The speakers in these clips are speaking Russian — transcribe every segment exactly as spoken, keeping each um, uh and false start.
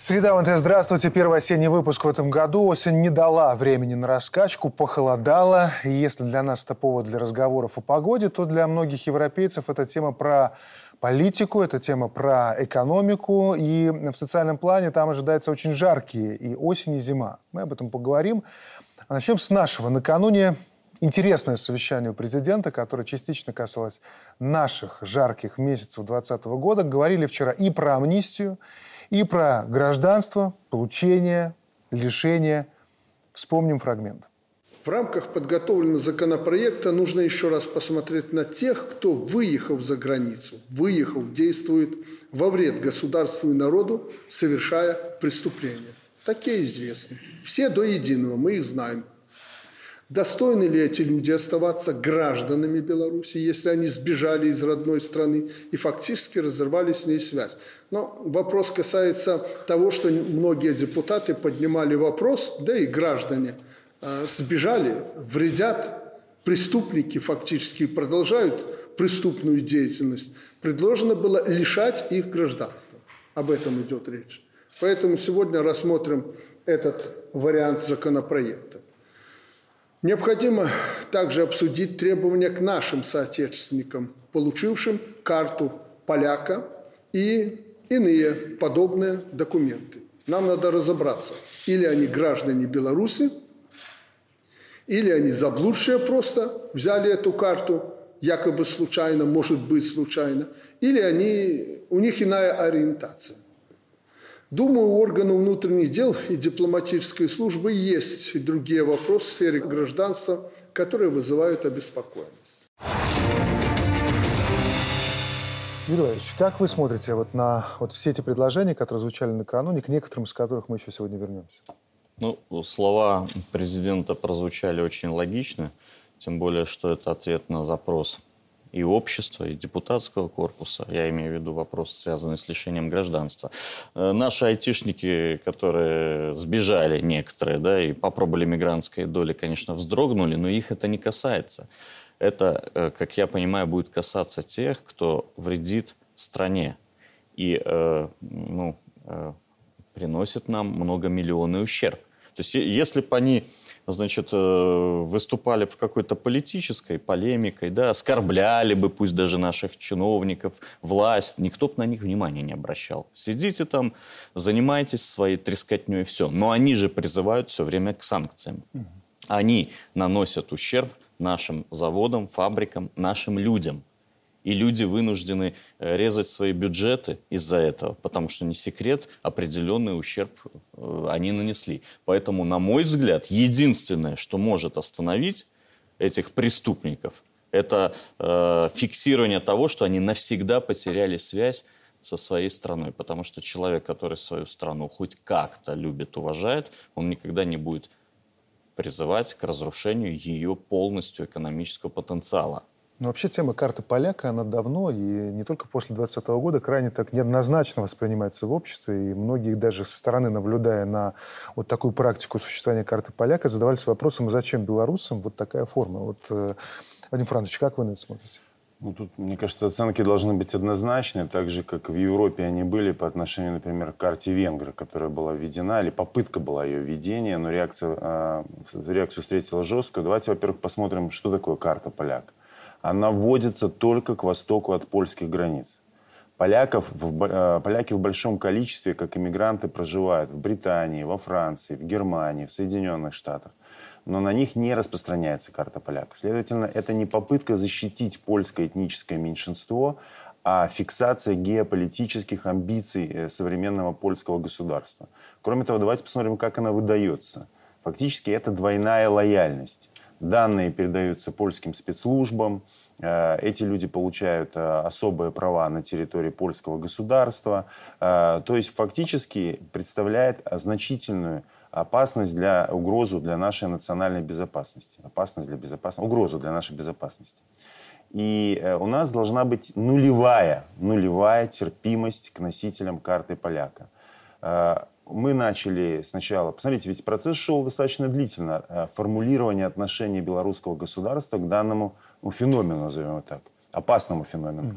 Среда, ОНТ, здравствуйте. Первый осенний выпуск в этом году. Осень не дала времени на раскачку, похолодало. И если для нас это повод для разговоров о погоде, то для многих европейцев это тема про политику, это тема про экономику. И в социальном плане там ожидаются очень жаркие и осень, и зима. Мы об этом поговорим. А начнем с нашего. Накануне интересное совещание у президента, которое частично касалось наших жарких месяцев двадцатого года. Говорили вчера и про амнистию, и про гражданство, получение, лишение. Вспомним фрагмент. В рамках подготовленного законопроекта нужно еще раз посмотреть на тех, кто, выехав за границу, выехав, действует во вред государству и народу, совершая преступления. Такие известны. Все до единого, мы их знаем. Достойны ли эти люди оставаться гражданами Беларуси, если они сбежали из родной страны и фактически разорвали с ней связь? Но вопрос касается того, что многие депутаты поднимали вопрос, да и граждане э, сбежали, вредят, преступники фактически продолжают преступную деятельность. Предложено было лишать их гражданства. Об этом идет речь. Поэтому сегодня рассмотрим этот вариант законопроекта. Необходимо также обсудить требования к нашим соотечественникам, получившим карту поляка и иные подобные документы. Нам надо разобраться, или они граждане Беларуси, или они заблудшие просто взяли эту карту, якобы случайно, может быть случайно, или они, у них иная ориентация. Думаю, у органов внутренних дел и дипломатической службы есть и другие вопросы в сфере гражданства, которые вызывают обеспокоенность. Юрий Валерьевич, как вы смотрите вот на вот все эти предложения, которые звучали накануне, к некоторым из которых мы еще сегодня вернемся? Ну, слова президента прозвучали очень логично, тем более, что это ответ на запрос и общества, и депутатского корпуса. Я имею в виду вопрос, связанный с лишением гражданства. Наши айтишники, которые сбежали некоторые, да, и попробовали мигрантской доли, конечно, вздрогнули, но их это не касается. Это, как я понимаю, будет касаться тех, кто вредит стране и э, ну, э, приносит нам многомиллионный ущерб. То есть если бы они, значит, выступали в какой-то политической полемикой, да, оскорбляли бы, пусть даже наших чиновников, власть, никто бы на них внимания не обращал. Сидите там, занимайтесь своей трескотней и все. Но они же призывают все время к санкциям. Они наносят ущерб нашим заводам, фабрикам, нашим людям. И люди вынуждены резать свои бюджеты из-за этого, потому что, не секрет, определенный ущерб они нанесли. Поэтому, на мой взгляд, единственное, что может остановить этих преступников, это э, фиксирование того, что они навсегда потеряли связь со своей страной. Потому что человек, который свою страну хоть как-то любит, уважает, он никогда не будет призывать к разрушению ее полностью экономического потенциала. Но вообще тема карты поляка, она давно, и не только после двадцатого года, крайне так неоднозначно воспринимается в обществе. И многие даже со стороны, наблюдая на вот такую практику существования карты поляка, задавались вопросом, зачем белорусам вот такая форма. Вот, э, Вадим Францович, как вы на это смотрите? Ну, тут, мне кажется, оценки должны быть однозначны, так же, как в Европе они были по отношению, например, к карте венгры, которая была введена, или попытка была ее введения, но реакция, э, реакцию встретила жесткую. Давайте, во-первых, посмотрим, что такое карта поляка. Она вводится только к востоку от польских границ. Поляков, в, поляки в большом количестве, как иммигранты, проживают в Британии, во Франции, в Германии, в Соединенных Штатах. Но на них не распространяется карта поляка. Следовательно, это не попытка защитить польское этническое меньшинство, а фиксация геополитических амбиций современного польского государства. Кроме того, давайте посмотрим, как она выдается. Фактически это двойная лояльность. Данные передаются польским спецслужбам. Эти люди получают особые права на территории польского государства. То есть фактически представляет значительную опасность для, угрозу для нашей национальной безопасности. Опасность для безопасности, угрозу для нашей безопасности. И у нас должна быть нулевая, нулевая терпимость к носителям карты поляка. Мы начали сначала... Посмотрите, ведь процесс шел достаточно длительно. Формулирование отношения белорусского государства к данному ну, феномену, назовем его так, опасному феномену.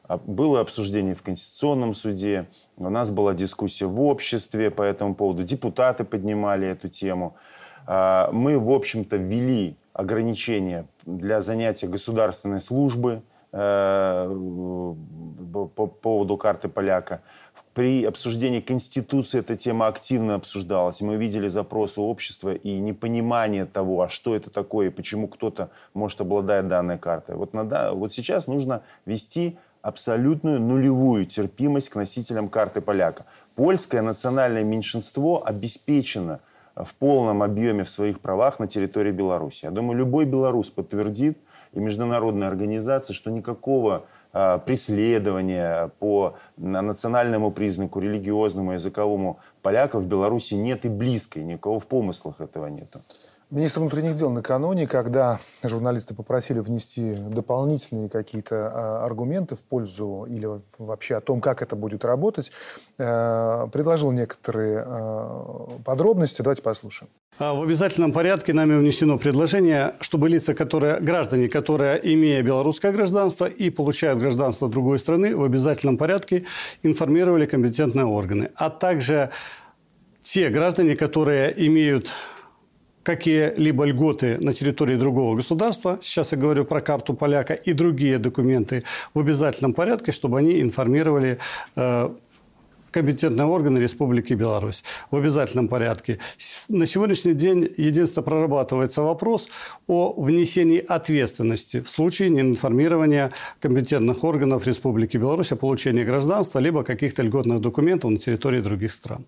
Было обсуждение в Конституционном суде, у нас была дискуссия в обществе по этому поводу, депутаты поднимали эту тему. Мы, в общем-то, ввели ограничения для занятия государственной службы по поводу карты поляка. При обсуждении Конституции эта тема активно обсуждалась. Мы видели запросы общества и непонимание того, а что это такое, и почему кто-то может обладать данной картой. Вот, на, вот сейчас нужно вести абсолютную нулевую терпимость к носителям карты поляка. Польское национальное меньшинство обеспечено в полном объеме в своих правах на территории Беларуси. Я думаю, любой белорус подтвердит, и международная организация, что никакого э, преследования по национальному признаку, религиозному, языковому поляков в Беларуси нет и близко, и никого в помыслах этого нету. Министр внутренних дел накануне, когда журналисты попросили внести дополнительные какие-то аргументы в пользу или вообще о том, как это будет работать, предложил некоторые подробности. Давайте послушаем. В обязательном порядке нами внесено предложение, чтобы лица, которые, граждане, которые, имея белорусское гражданство и получают гражданство другой страны, в обязательном порядке информировали компетентные органы. А также те граждане, которые имеют какие-либо льготы на территории другого государства, сейчас я говорю про карту поляка, и другие документы в обязательном порядке, чтобы они информировали э, компетентные органы Республики Беларусь в обязательном порядке. На сегодняшний день единственно прорабатывается вопрос о внесении ответственности в случае неинформирования компетентных органов Республики Беларусь о получении гражданства либо каких-то льготных документов на территории других стран.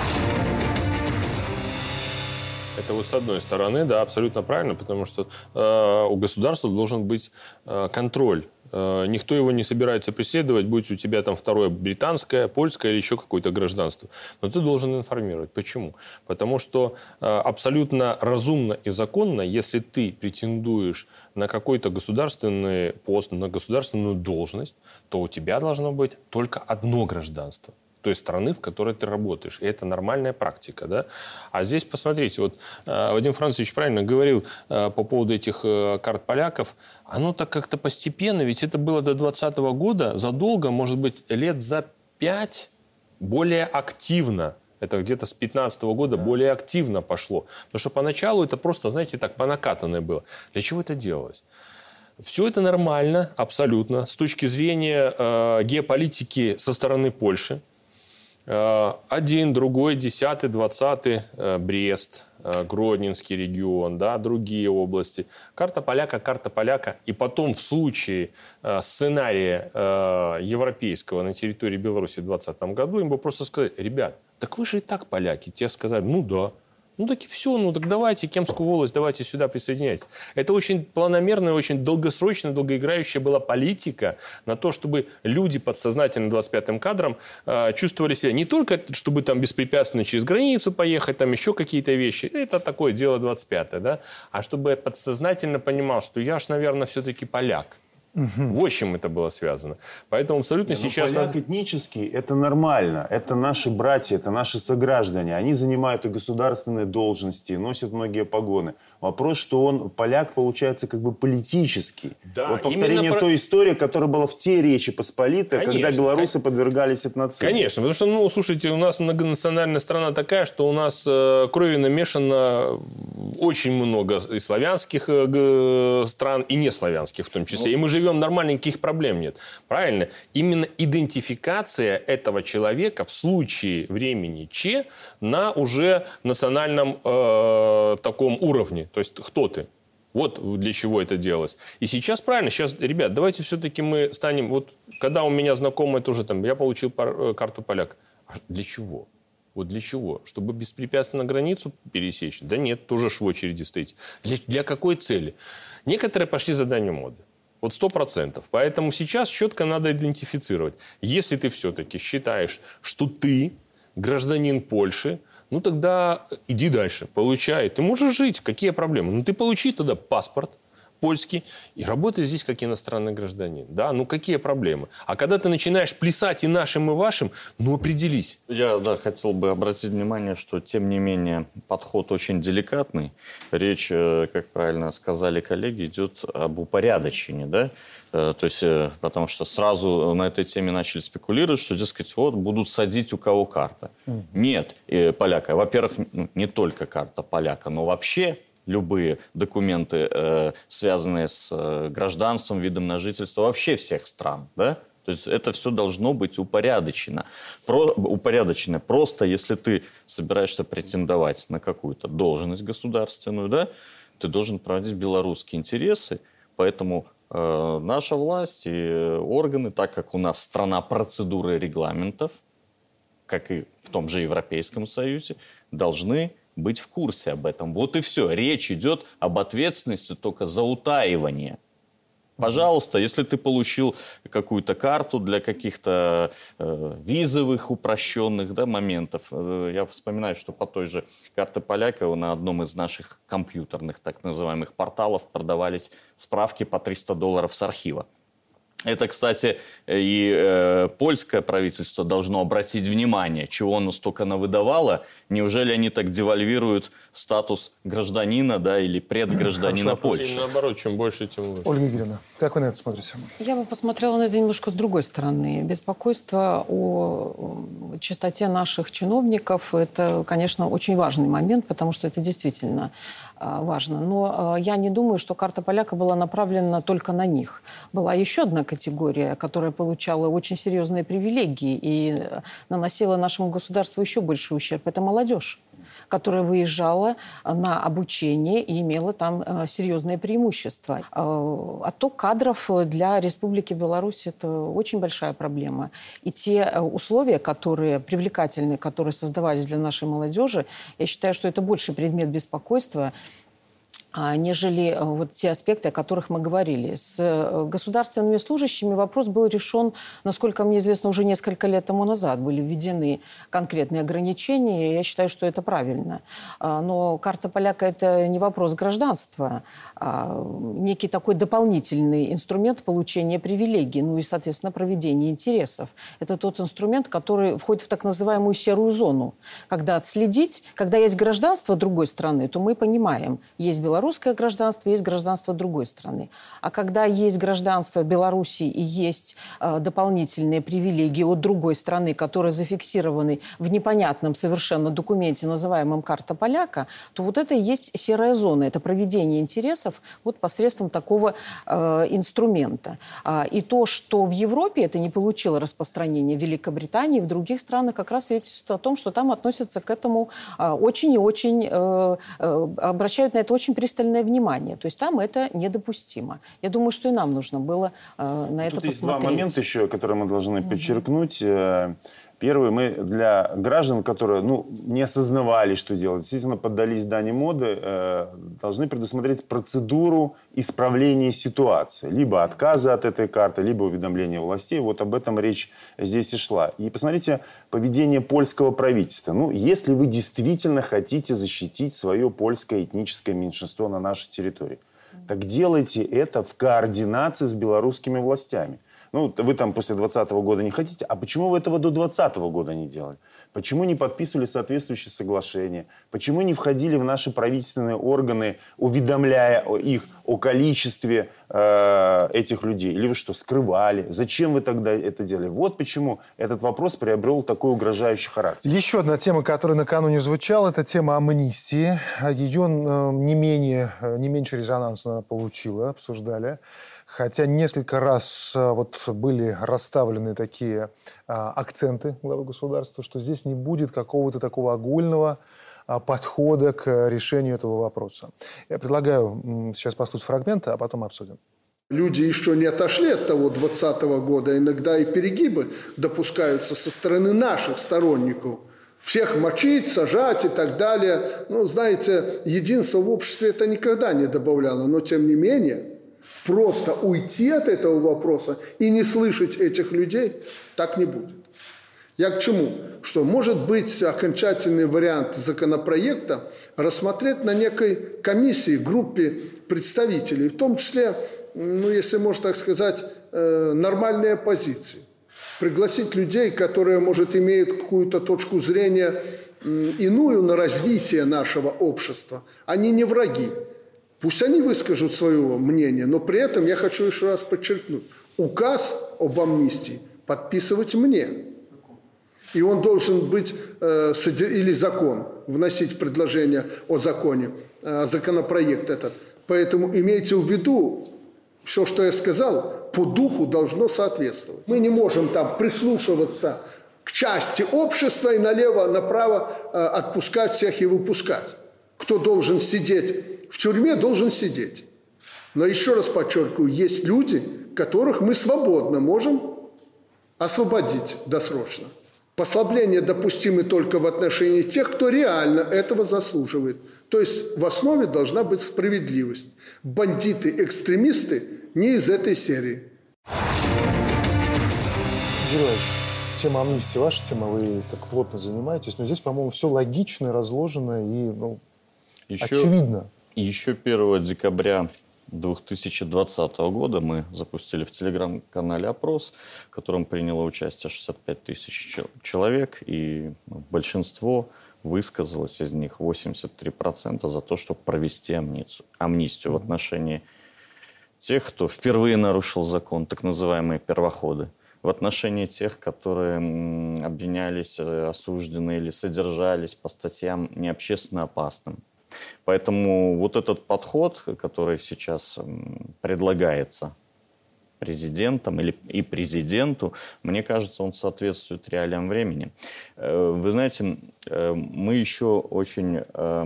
Это вот с одной стороны, да, абсолютно правильно, потому что э, у государства должен быть э, контроль. Э, никто его не собирается преследовать, будь у тебя там второе британское, польское или еще какое-то гражданство. Но ты должен информировать. Почему? Потому что э, абсолютно разумно и законно, если ты претендуешь на какой-то государственный пост, на государственную должность, то у тебя должно быть только одно гражданство той страны, в которой ты работаешь. И это нормальная практика. Да? А здесь, посмотрите, вот э, Вадим Францович правильно говорил э, по поводу этих э, карт поляков. Оно так как-то постепенно, ведь это было до двадцатого года, задолго, может быть, лет за пять более активно. Это где-то с пятнадцатого года более активно пошло. Потому что поначалу это просто, знаете, так по накатанной было. Для чего это делалось? Все это нормально, абсолютно, с точки зрения э, геополитики со стороны Польши. Один, другой, десятый, двадцатый, Брест, Гродненский регион, да, другие области. Карта поляка, карта поляка. И потом в случае сценария европейского на территории Беларуси в двадцатом году им бы просто сказали: ребят, так вы же и так поляки. Те сказали: ну да. Ну так и все, ну так давайте Кемскую волость, давайте сюда присоединяйтесь. Это очень планомерная, очень долгосрочная, долгоиграющая была политика на то, чтобы люди подсознательно двадцать пятым кадром э, чувствовали себя не только, чтобы там беспрепятственно через границу поехать, там еще какие-то вещи, это такое дело двадцать пятое, да, а чтобы подсознательно понимал, что я ж, наверное, все-таки поляк. Угу. Вот с чем это было связано. Поэтому абсолютно Но сейчас... Поляк этнический – это нормально. Это наши братья, это наши сограждане. Они занимают и государственные должности, носят многие погоны. Вопрос, что он, поляк, получается как бы политический. Да, вот повторение про... той истории, которая была в те Речи Посполитой, конечно, когда белорусы кон... подвергались этноциду. Конечно, потому что, ну, слушайте, у нас многонациональная страна такая, что у нас э, крови намешано очень много и славянских э, стран, и неславянских в том числе. Ну... И мы живем нормально, никаких проблем нет. Правильно? Именно идентификация этого человека в случае времени Че на уже национальном э, таком уровне. То есть, кто ты? Вот для чего это делалось. И сейчас правильно. Сейчас, ребят, давайте все-таки мы станем... Вот когда у меня знакомые тоже там... Я получил пар, карту поляка. А для чего? Вот для чего? Чтобы беспрепятственно границу пересечь? Да нет, тоже ж в очереди стоите. Для, для какой цели? Некоторые пошли за данью моды. Вот сто процентов. Поэтому сейчас четко надо идентифицировать. Если ты все-таки считаешь, что ты гражданин Польши, ну тогда иди дальше, получай. Ты можешь жить, какие проблемы? Ну ты получи тогда паспорт, польский и работай здесь как иностранный гражданин. Да, ну какие проблемы? А когда ты начинаешь плясать и нашим, и вашим, ну определись. Я, да, хотел бы обратить внимание, что, тем не менее, подход очень деликатный. Речь, как правильно сказали коллеги, идет об упорядочении, да? То есть, потому что сразу на этой теме начали спекулировать, что, дескать, вот, будут садить у кого карта. Mm. Нет, поляка. Во-первых, не только карта поляка, но вообще любые документы, связанные с гражданством, видом на жительство вообще всех стран, да? То есть это все должно быть упорядочено. Про, упорядочено. Просто если ты собираешься претендовать на какую-то должность государственную, да, ты должен проводить белорусские интересы, поэтому э, наша власть и органы, так как у нас страна процедуры и регламентов, как и в том же Европейском Союзе, должны быть в курсе об этом. Вот и все. Речь идет об ответственности только за утаивание. Пожалуйста, если ты получил какую-то карту для каких-то э, визовых упрощенных, да, моментов. Э, я вспоминаю, что по той же карте поляка на одном из наших компьютерных так называемых порталов продавались справки по триста долларов с архива. Это, кстати, и э, польское правительство должно обратить внимание, чего оно столько навыдавало. Неужели они так девальвируют статус гражданина, да, или предгражданина Польши? Наоборот, чем больше, тем лучше. Ольга Игоревна, как вы на это смотрите? Я бы посмотрела на это немножко с другой стороны. Беспокойство о чистоте наших чиновников – это, конечно, очень важный момент, потому что это действительно важно. Но я не думаю, что карта поляка была направлена только на них. Была еще одна категория, которая получала очень серьезные привилегии и наносила нашему государству еще больший ущерб. Это молодежь, которая выезжала на обучение и имела там серьезные преимущества. Отток кадров для Республики Беларусь – это очень большая проблема. И те условия, которые привлекательные, которые создавались для нашей молодежи, я считаю, что это больше предмет беспокойства, нежели вот те аспекты, о которых мы говорили. С государственными служащими вопрос был решен, насколько мне известно, уже несколько лет тому назад. Были введены конкретные ограничения, и я считаю, что это правильно. Но карта поляка – это не вопрос гражданства, а некий такой дополнительный инструмент получения привилегий, ну и, соответственно, проведения интересов. Это тот инструмент, который входит в так называемую серую зону. Когда отследить, когда есть гражданство другой страны, то мы понимаем, есть Беларусь, русское гражданство, есть гражданство другой страны. А когда есть гражданство Беларуси и есть э, дополнительные привилегии от другой страны, которые зафиксированы в непонятном совершенно документе, называемом «карта поляка», то вот это и есть серая зона. Это проведение интересов вот посредством такого э, инструмента. А, и то, что в Европе это не получило распространения, в Великобритании, в других странах, как раз свидетельствует о том, что там относятся к этому э, очень и очень, э, э, обращают на это очень пристально внимание. То есть там это недопустимо. Я думаю, что и нам нужно было э, на Тут это есть посмотреть. Два момента еще, которые мы должны подчеркнуть. Первый, мы для граждан, которые ну, не осознавали, что делать, действительно поддались дани моды, э, должны предусмотреть процедуру исправления ситуации. Либо отказа от этой карты, либо уведомления властей. Вот об этом речь здесь и шла. И посмотрите поведение польского правительства. Ну, если вы действительно хотите защитить свое польское этническое меньшинство на нашей территории, так делайте это в координации с белорусскими властями. Ну, вы там после двадцатого года не хотите, а почему вы этого до двадцатого года не делали? Почему не подписывали соответствующие соглашения? Почему не входили в наши правительственные органы, уведомляя их о количестве э, этих людей? Или вы что, скрывали? Зачем вы тогда это делали? Вот почему этот вопрос приобрел такой угрожающий характер. Еще одна тема, которая накануне звучала, это тема амнистии. Ее э, не, менее, не меньше резонанса она получила, обсуждали. Хотя несколько раз вот были расставлены такие а, акценты главы государства, что здесь не будет какого-то такого огульного а, подхода к решению этого вопроса. Я предлагаю м, сейчас послушать фрагменты, а потом обсудим. Люди еще не отошли от того двадцатого года. Иногда и перегибы допускаются со стороны наших сторонников. Всех мочить, сажать и так далее. Ну, знаете, единство в обществе это никогда не добавляло. Но, тем не менее, просто уйти от этого вопроса и не слышать этих людей так не будет. Я к чему? Что, может быть, окончательный вариант законопроекта рассмотреть на некой комиссии, группе представителей, в том числе, ну, если можно так сказать, нормальные оппозиции. Пригласить людей, которые, может, имеют какую-то точку зрения иную на развитие нашего общества. Они не враги. Пусть они выскажут свое мнение, но при этом я хочу еще раз подчеркнуть. Указ об амнистии подписывать мне. И он должен быть, э, или закон, вносить предложение о законе, э, законопроект этот. Поэтому имейте в виду, все, что я сказал, по духу должно соответствовать. Мы не можем там прислушиваться к части общества и налево-направо э, отпускать всех и выпускать. Кто должен сидеть в тюрьме, должен сидеть. Но еще раз подчеркиваю, есть люди, которых мы свободно можем освободить досрочно. Послабления допустимы только в отношении тех, кто реально этого заслуживает. То есть в основе должна быть справедливость. Бандиты-экстремисты не из этой серии. Юрий Иванович, тема амнистии ваша тема, вы так плотно занимаетесь, но здесь, по-моему, все логично, разложено и ну, еще, очевидно. Еще первого декабря две тысячи двадцатого года мы запустили в телеграм-канале опрос, в котором приняло участие шестьдесят пять тысяч человек, и большинство высказалось, из них восемьдесят три процента за то, чтобы провести амнистию, амнистию в отношении тех, кто впервые нарушил закон, так называемые первоходы, в отношении тех, которые обвинялись, осуждены или содержались по статьям необщественно опасным. Поэтому вот этот подход, который сейчас предлагается президентом или и президенту, мне кажется, он соответствует реалиям времени. Вы знаете, мы еще очень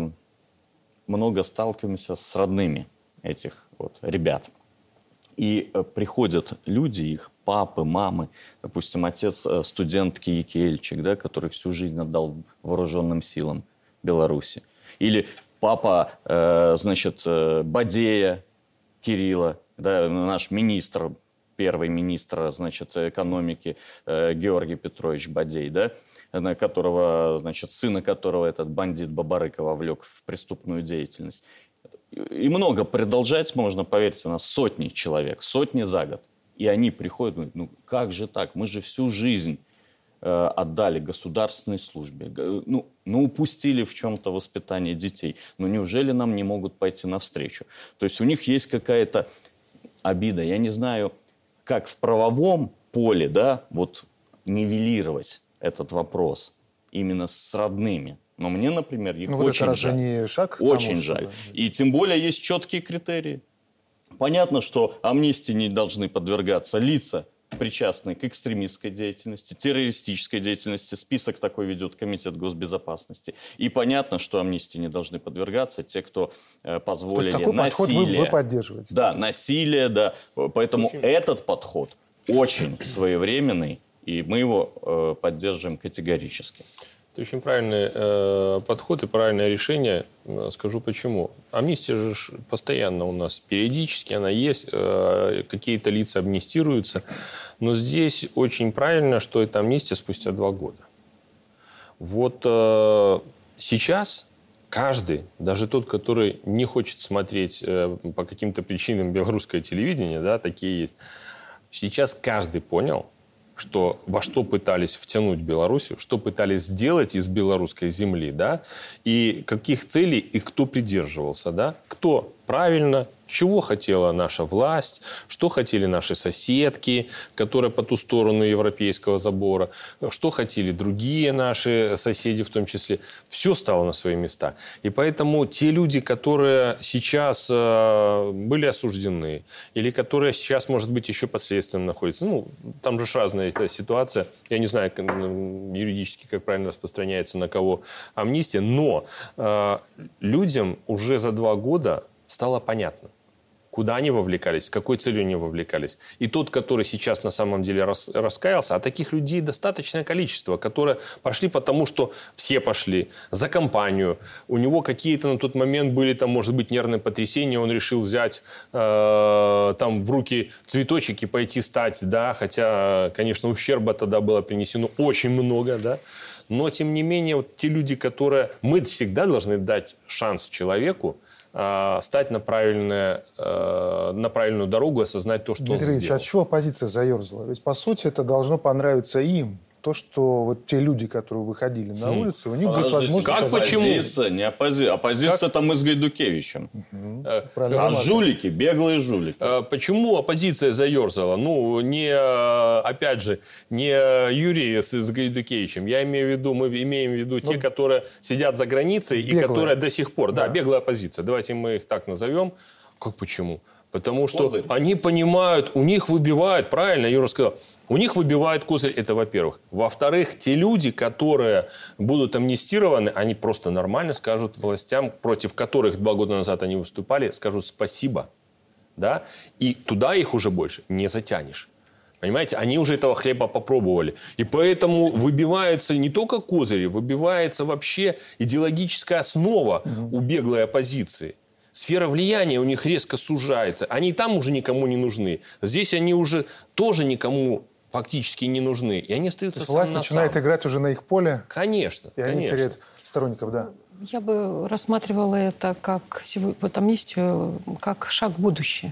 много сталкиваемся с родными этих вот ребят. И приходят люди, их папы, мамы, допустим, отец студентки Якельчик, да, который всю жизнь отдал вооруженным силам Беларуси. Или папа, э, значит, э, Бадея Кирилла, да, наш министр, первый министр, значит, экономики э, Георгий Петрович Бадей, да, которого, значит, сына которого этот бандит Бабарыка вовлек в преступную деятельность. И много продолжать можно, поверьте, у нас сотни человек, сотни за год. И они приходят, говорят, ну как же так, мы же всю жизнь э, отдали государственной службе, ну, ну упустили в чем-то воспитание детей. Ну неужели нам не могут пойти навстречу? То есть у них есть какая-то обида. Я не знаю, как в правовом поле, да, вот нивелировать этот вопрос именно с родными. Но мне, например, их ну, очень вот жаль. Не шаг очень тому, жаль. Что... И тем более есть четкие критерии. Понятно, что амнистии не должны подвергаться лица, причастные к экстремистской деятельности, террористической деятельности. Список такой ведет Комитет госбезопасности. И понятно, что амнистии не должны подвергаться те, кто э, позволили То есть такой насилие. подход вы, вы поддерживаете? Да, насилие, да. Поэтому Почему? этот подход очень своевременный, и мы его э, поддерживаем категорически. Это очень правильный э, подход и правильное решение. Скажу почему. Амнистия же постоянно у нас, периодически она есть, э, какие-то лица амнистируются. Но здесь очень правильно, что это амнистия спустя два года. Вот э, сейчас каждый, даже тот, который не хочет смотреть э, по каким-то причинам белорусское телевидение, да, такие есть, сейчас каждый понял, что, во что пытались втянуть Белоруссию, что пытались сделать из белорусской земли, да, и каких целей и кто придерживался, да, кто правильно, чего хотела наша власть, что хотели наши соседки, которые по ту сторону европейского забора, что хотели другие наши соседи в том числе. Все стало на свои места. И поэтому те люди, которые сейчас э, были осуждены, или которые сейчас, может быть, еще последственно находятся, ну, там же разная эта ситуация, я не знаю юридически, как правильно распространяется на кого амнистия, но э, людям уже за два года стало понятно, куда они вовлекались, с какой целью они вовлекались. И тот, который сейчас на самом деле рас, раскаялся, а таких людей достаточное количество, которые пошли потому, что все пошли за компанию. У него какие-то на тот момент были, там, может быть, нервные потрясения, он решил взять э, там, в руки цветочек и пойти стать, да, хотя, конечно, ущерба тогда было принесено очень много, да. Но, тем не менее, вот те люди, которые... Мы всегда должны дать шанс человеку э, стать на, правильное, э, на правильную дорогу, осознать то, что Дмитрий он Ильич, сделал. от чего оппозиция заерзала? Ведь, по сути, это должно понравиться им. То, что вот те люди, которые выходили на Хм. улицу, у них будет Подождите, возможность... как показать- почему? Оппозиция, не оппозиция. Оппозиция там мы с Гайдукевичем. Правильно, А Марк. жулики, беглые жулики. Э, Почему оппозиция заерзала? Ну, не, э, опять же, не Юрий с, с Гайдукевичем. Я имею в виду, мы имеем в виду те, которые сидят за границей и Беглая. которые до сих пор... Да, Да. беглая оппозиция. Давайте мы их так назовем. Как почему? Потому что Козырь. они понимают, у них выбивают, правильно Юра сказал, у них выбивает козырь, это во-первых. Во-вторых, те люди, которые будут амнистированы, они просто нормально скажут властям, против которых два года назад они выступали, скажут спасибо. Да? И туда их уже больше не затянешь. Понимаете, они уже этого хлеба попробовали. И поэтому выбивается не только козыри, выбивается вообще идеологическая основа у беглой оппозиции. Сфера влияния у них резко сужается. Они там уже никому не нужны. Здесь они уже тоже никому фактически не нужны. И они То остаются есть сам власть на начинает сам. играть уже на их поле, Конечно, и они конечно. теряют сторонников, да. Я бы рассматривала это как сегодня, вот амнистию, как шаг в будущее.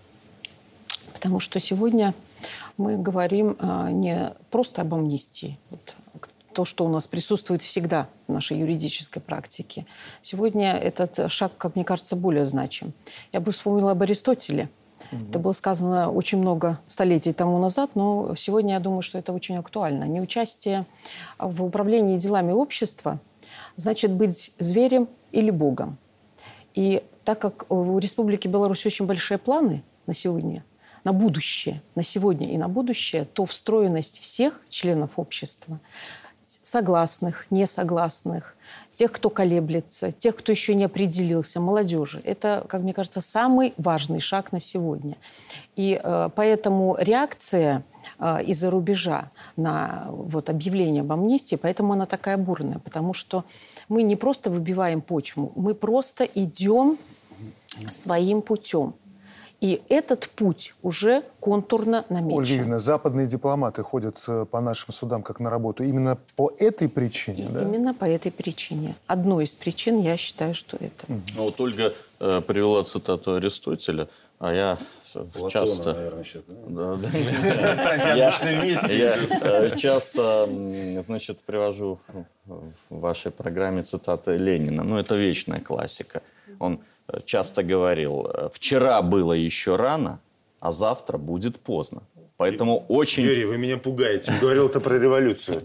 Потому что сегодня мы говорим а, не просто об амнистии, вот, то, что у нас присутствует всегда в нашей юридической практике. Сегодня этот шаг, как мне кажется, более значим. Я бы вспомнила об Аристотеле. Mm-hmm. Это было сказано очень много столетий тому назад, но сегодня я думаю, что это очень актуально. Неучастие в управлении делами общества значит быть зверем или богом. И так как у Республики Беларусь очень большие планы на сегодня, на будущее, на сегодня и на будущее, то встроенность всех членов общества, согласных, несогласных, тех, кто колеблется, тех, кто еще не определился, молодежи. Это, как мне кажется, самый важный шаг на сегодня. И э, поэтому реакция э, из-за рубежа на вот, объявление об амнистии, поэтому она такая бурная, потому что мы не просто выбиваем почву, мы просто идем своим путем. И этот путь уже контурно намечен. Ольга Юрьевна, западные дипломаты ходят э, по нашим судам как на работу именно по этой причине, И да? Именно по этой причине. Одной из причин, я считаю, что это. Ну, вот Ольга э, привела цитату Аристотеля, а я Платона, часто... наверное, сейчас, да? Да, да. Я, я э, часто, м, значит, привожу в вашей программе цитаты Ленина. Ну, это вечная классика. Он э, часто говорил: вчера было еще рано, а завтра будет поздно. Поэтому очень... Юрий, вы меня пугаете. Он говорил это про революцию.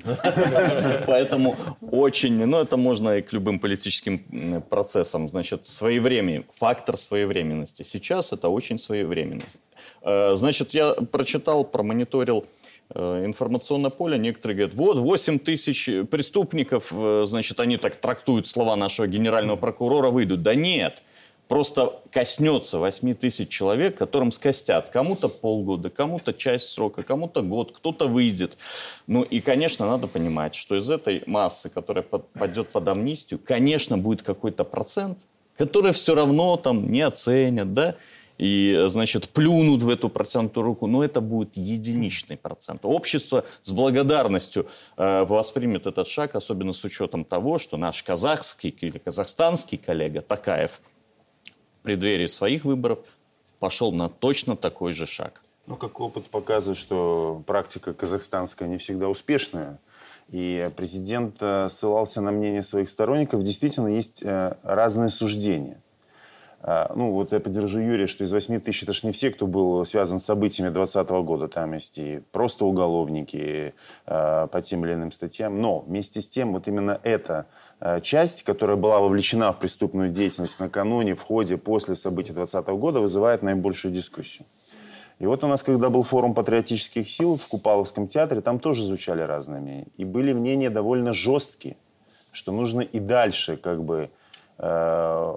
Поэтому очень... Ну, это можно и к любым политическим процессам. Значит, своевремие. Фактор своевременности. Сейчас это очень своевременность. Значит, я прочитал, промониторил информационное поле. Некоторые говорят, вот, восемь тысяч преступников, значит, они так трактуют слова нашего генерального прокурора, выйдут. Да нет. Просто коснется восемь тысяч человек, которым скостят. Кому-то полгода, кому-то часть срока, кому-то год, кто-то выйдет. Ну и, конечно, надо понимать, что из этой массы, которая пойдет под амнистию, конечно, будет какой-то процент, который все равно там не оценят, да, и, значит, плюнут в эту протянутую руку, но это будет единичный процент. Общество с благодарностью э, воспримет этот шаг, особенно с учетом того, что наш казахский или казахстанский коллега Токаев в преддверии своих выборов пошел на точно такой же шаг. Ну, как опыт показывает, что практика казахстанская не всегда успешная. И президент э, ссылался на мнение своих сторонников. Действительно, есть э, разные суждения. Э, ну, вот я поддержу Юрия, что из восьми тысяч это же не все, кто был связан с событиями двадцатого года. Там есть и просто уголовники э, по тем или иным статьям. Но вместе с тем, вот именно эта э, часть, которая была вовлечена в преступную деятельность накануне, в ходе, после событий двадцатого года, вызывает наибольшую дискуссию. И вот у нас, когда был форум патриотических сил в Купаловском театре, там тоже звучали разные мнения. И были мнения довольно жесткие, что нужно и дальше как бы э,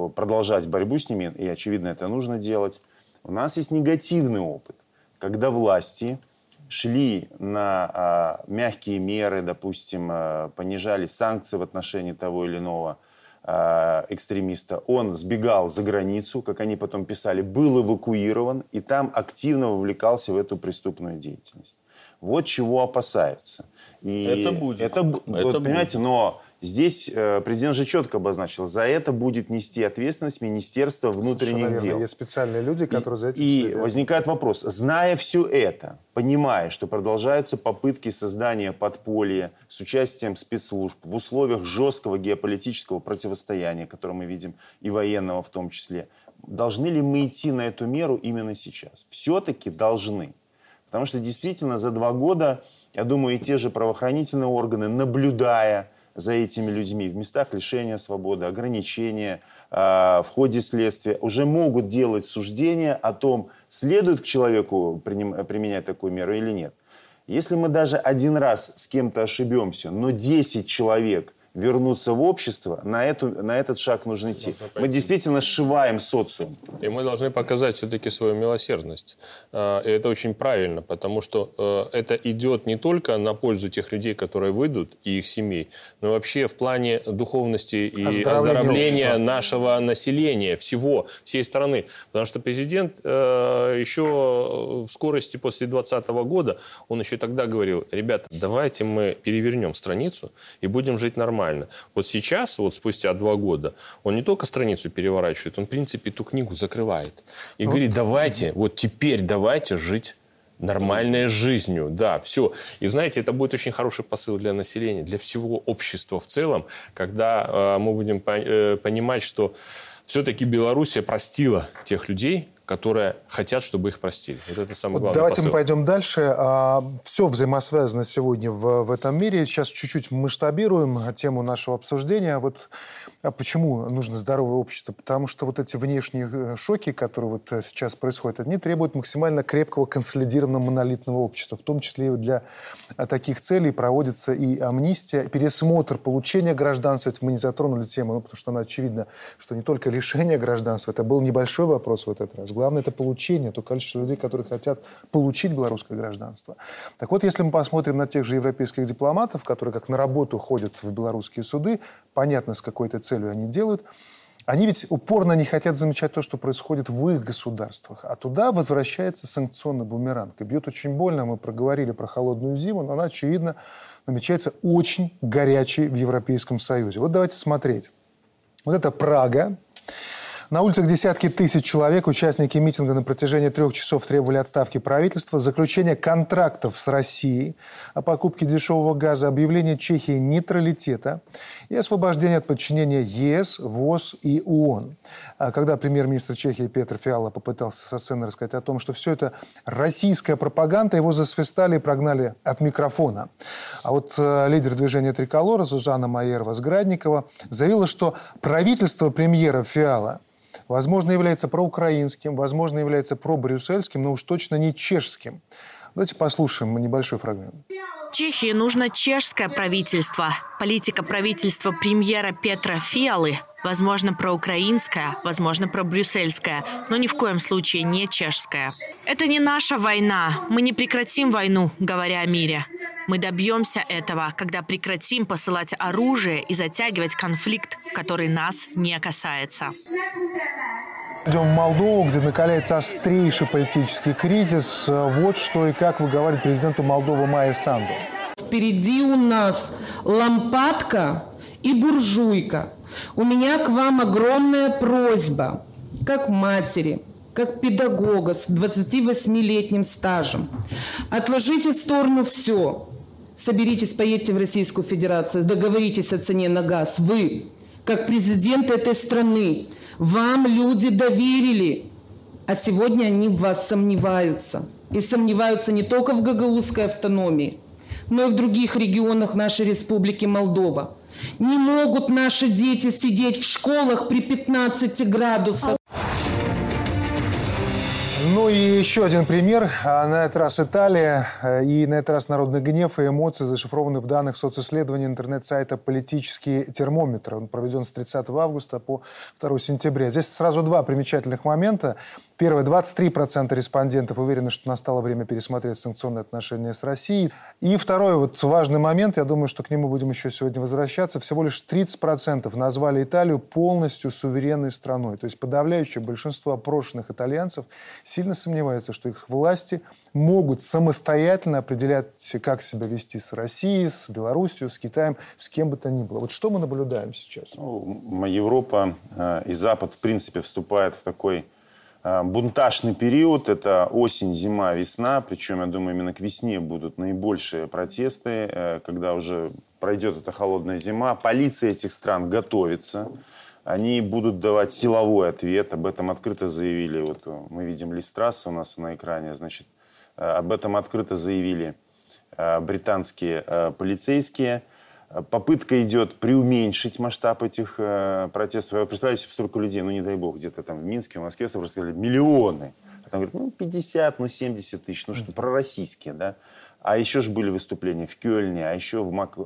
продолжать борьбу с ними, и, очевидно, это нужно делать. У нас есть негативный опыт, когда власти шли на а, мягкие меры, допустим, а, понижали санкции в отношении того или иного а, экстремиста. Он сбегал за границу, как они потом писали, был эвакуирован и там активно вовлекался в эту преступную деятельность. Вот чего опасаются. И это будет. Это, это вот, понимаете, будет. Но здесь э, президент же четко обозначил, за это будет нести ответственность Министерство внутренних Совершенно дел. верно. Есть специальные люди, которые и, за этим И следят. возникает вопрос, зная все это, понимая, что продолжаются попытки создания подполья с участием спецслужб в условиях жесткого геополитического противостояния, которое мы видим, и военного в том числе, должны ли мы идти на эту меру именно сейчас? Все-таки должны. Потому что действительно за два года, я думаю, и те же правоохранительные органы, наблюдая за этими людьми в местах лишения свободы, ограничения э, в ходе следствия, уже могут делать суждения о том, следует к человеку приним, применять такую меру или нет. Если мы даже один раз с кем-то ошибемся, но десять человек вернуться в общество, на, эту, на этот шаг нужно идти. Мы действительно сшиваем социум. И мы должны показать все-таки свою милосердность. И это очень правильно, потому что это идет не только на пользу тех людей, которые выйдут, и их семей, но вообще в плане духовности и оздоровления общества. Нашего населения, всего, всей страны. Потому что президент еще в скорости после двадцатого года, он еще тогда говорил, ребята, давайте мы перевернем страницу и будем жить нормально. Вот сейчас, вот спустя два года, он не только страницу переворачивает, он, в принципе, эту книгу закрывает. И говорит, давайте, вот теперь давайте жить нормальной жизнью. Да, все. И знаете, это будет очень хороший посыл для населения, для всего общества в целом, когда э, мы будем по- э, понимать, что все-таки Белоруссия простила тех людей, которые хотят, чтобы их простили. Вот это самый главный Давайте посыл. мы пойдем дальше. Все взаимосвязано сегодня в, в этом мире. Сейчас чуть-чуть масштабируем тему нашего обсуждения. Вот почему нужно здоровое общество? Потому что вот эти внешние шоки, которые вот сейчас происходят, они требуют максимально крепкого, консолидированного, монолитного общества. В том числе и для таких целей проводится и амнистия, пересмотр получения гражданства. Это мы не затронули тему, ну, потому что она очевидна, что не только лишение гражданства. Это был небольшой вопрос в этот раз. Главное – это получение, то количество людей, которые хотят получить белорусское гражданство. Так вот, если мы посмотрим на тех же европейских дипломатов, которые как на работу ходят в белорусские суды, понятно, с какой-то целью они делают, они ведь упорно не хотят замечать то, что происходит в их государствах. А туда возвращается санкционный бумеранг. И бьет очень больно. Мы проговорили про холодную зиму, но она, очевидно, намечается очень горячей в Европейском Союзе. Вот давайте смотреть. Вот это Прага. На улицах десятки тысяч человек, участники митинга на протяжении трех часов требовали отставки правительства, заключения контрактов с Россией о покупке дешевого газа, объявления Чехии нейтралитета и освобождения от подчинения ЕС, ВОЗ и ООН. Когда премьер-министр Чехии Петр Фиала попытался со сцены рассказать о том, что все это российская пропаганда, его засвистали и прогнали от микрофона. А вот э, лидер движения «Триколора» Зузана Майерова-Сградникова заявила, что правительство премьера Фиала возможно, является проукраинским, возможно, является пробрюссельским, но уж точно не чешским. Давайте послушаем небольшой фрагмент. Чехии нужно чешское правительство. Политика правительства премьера Петра Фиалы, возможно, проукраинская, возможно, пробрюссельская, но ни в коем случае не чешская. Это не наша война. Мы не прекратим войну, говоря о мире. Мы добьемся этого, когда прекратим посылать оружие и затягивать конфликт, который нас не касается. Идем в Молдову, где накаляется острейший политический кризис. Вот что и как выговаривает президенту Молдовы Майя Санду. Впереди у нас лампадка и буржуйка. У меня к вам огромная просьба, как матери, как педагога с двадцативосьмилетним стажем. Отложите в сторону все. Соберитесь, поедьте в Российскую Федерацию, договоритесь о цене на газ. Вы, как президент этой страны, вам люди доверили, а сегодня они в вас сомневаются. И сомневаются не только в гагаузской автономии, но и в других регионах нашей Республики Молдова. Не могут наши дети сидеть в школах при пятнадцати градусах. Ну и еще один пример. На этот раз Италия. И на этот раз народный гнев и эмоции зашифрованы в данных социсследования интернет-сайта «Политический термометр». Он проведен с тридцатого августа по второго сентября. Здесь сразу два примечательных момента. Первое. двадцать три процента респондентов уверены, что настало время пересмотреть санкционные отношения с Россией. И второй вот важный момент, я думаю, что к нему будем еще сегодня возвращаться. Всего лишь тридцать процентов назвали Италию полностью суверенной страной. То есть подавляющее большинство опрошенных итальянцев сильно сомневаются, что их власти могут самостоятельно определять, как себя вести с Россией, с Белоруссией, с Китаем, с кем бы то ни было. Вот что мы наблюдаем сейчас? Ну, Европа э, и Запад, в принципе, вступает в такой бунтажный период. Это осень, зима, весна. Причем, я думаю, именно к весне будут наибольшие протесты, когда уже пройдет эта холодная зима. Полиция этих стран готовится. Они будут давать силовой ответ. Об этом открыто заявили. Вот мы видим Ли Страсса у нас на экране. Значит, об этом открыто заявили британские полицейские. Попытка идет преуменьшить масштаб этих э, протестов. Вы представляете себе столько людей, ну не дай бог, где-то там в Минске, в Москве сказали миллионы. А там говорят, ну пятьдесят, ну семьдесят тысяч, ну что, пророссийские, да. А еще же были выступления в Кёльне, а еще в, Мак...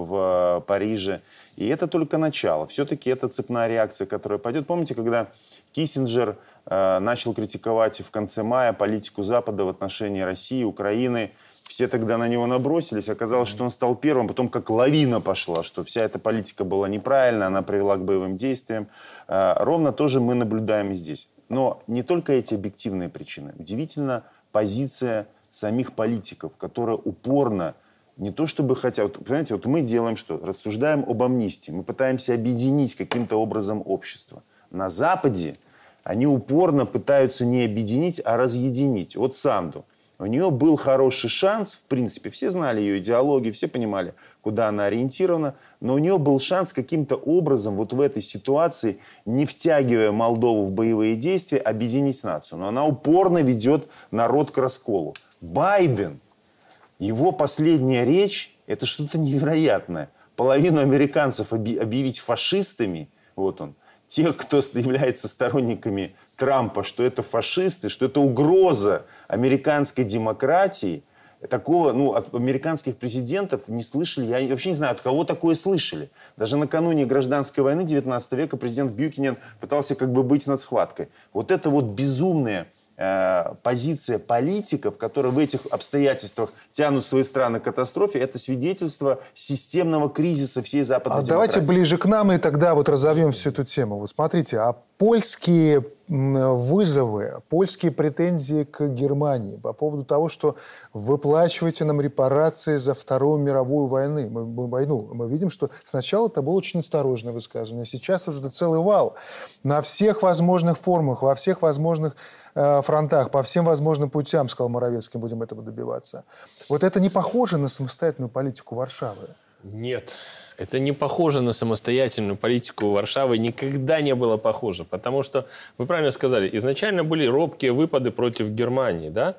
в Париже. И это только начало. Все-таки это цепная реакция, которая пойдет. Помните, когда Киссинджер э, начал критиковать в конце мая политику Запада в отношении России, Украины, все тогда на него набросились. Оказалось, что он стал первым. Потом как лавина пошла, что вся эта политика была неправильна, она привела к боевым действиям. Ровно то же мы наблюдаем и здесь. Но не только эти объективные причины. Удивительна позиция самих политиков, которые упорно, не то чтобы хотят... Вот, понимаете, вот мы делаем что? Рассуждаем об амнистии. Мы пытаемся объединить каким-то образом общество. На Западе они упорно пытаются не объединить, а разъединить. Вот Санду. У нее был хороший шанс, в принципе, все знали ее идеологию, все понимали, куда она ориентирована, но у нее был шанс каким-то образом вот в этой ситуации, не втягивая Молдову в боевые действия, объединить нацию. Но она упорно ведет народ к расколу. Байден, его последняя речь, это что-то невероятное. Половину американцев объявить фашистами, вот он, тех, кто является сторонниками Трампа, что это фашисты, что это угроза американской демократии. Такого, ну, от американских президентов не слышали. Я вообще не знаю, от кого такое слышали. Даже накануне гражданской войны девятнадцатого века президент Бьюкенен пытался как бы быть над схваткой. Вот это вот безумная э, позиция политиков, которые в этих обстоятельствах тянут свои страны к катастрофе, это свидетельство системного кризиса всей западной а демократии. Давайте ближе к нам и тогда вот разовьем всю эту тему. Вот смотрите, а польские вызовы, польские претензии к Германии по поводу того, что выплачиваете нам репарации за Вторую мировую войну. Мы, мы, войну. мы видим, что сначала это было очень осторожное высказывание, сейчас уже целый вал. На всех возможных формах, во всех возможных э, фронтах, по всем возможным путям, сказал Моровецкий, будем этого добиваться. Вот это не похоже на самостоятельную политику Варшавы? Нет. Это не похоже на самостоятельную политику Варшавы, никогда не было похоже. Потому что, вы правильно сказали, изначально были робкие выпады против Германии. Да?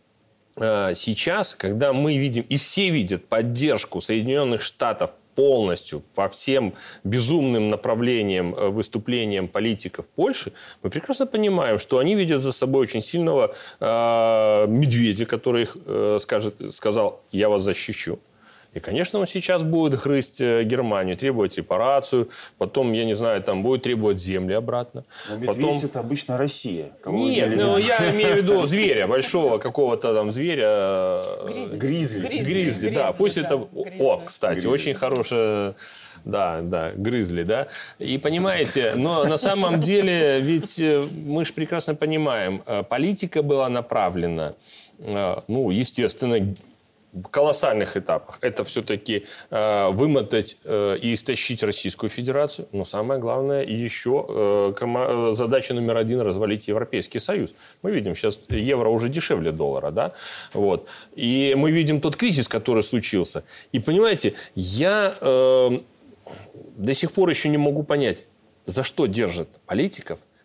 Сейчас, когда мы видим, и все видят поддержку Соединенных Штатов полностью по всем безумным направлениям, выступлениям политиков Польши, мы прекрасно понимаем, что они видят за собой очень сильного э, медведя, который э, скажет, сказал «я вас защищу». И, конечно, он сейчас будет грызть Германию, требовать репарацию, потом, я не знаю, там будет требовать земли обратно. Но медведь потом... это обычно Россия. Кого Нет, ну, я имею в виду зверя, большого какого-то там зверя. Гризли. Гризли, Гризли, Гризли да. Гризли, Пусть да. это... Гризли. О, кстати, Гризли. очень хорошая... Да, да, грызли, да. И понимаете, но на самом деле, ведь мы же прекрасно понимаем, политика была направлена, ну, естественно, в колоссальных этапах. Это все-таки э, вымотать э, и истощить Российскую Федерацию. Но самое главное, еще э, кома- задача номер один – развалить Европейский Союз. Мы видим, сейчас евро уже дешевле доллара. Да? Вот. И мы видим тот кризис, который случился. И понимаете, я э, до сих пор еще не могу понять, за что держат политиков,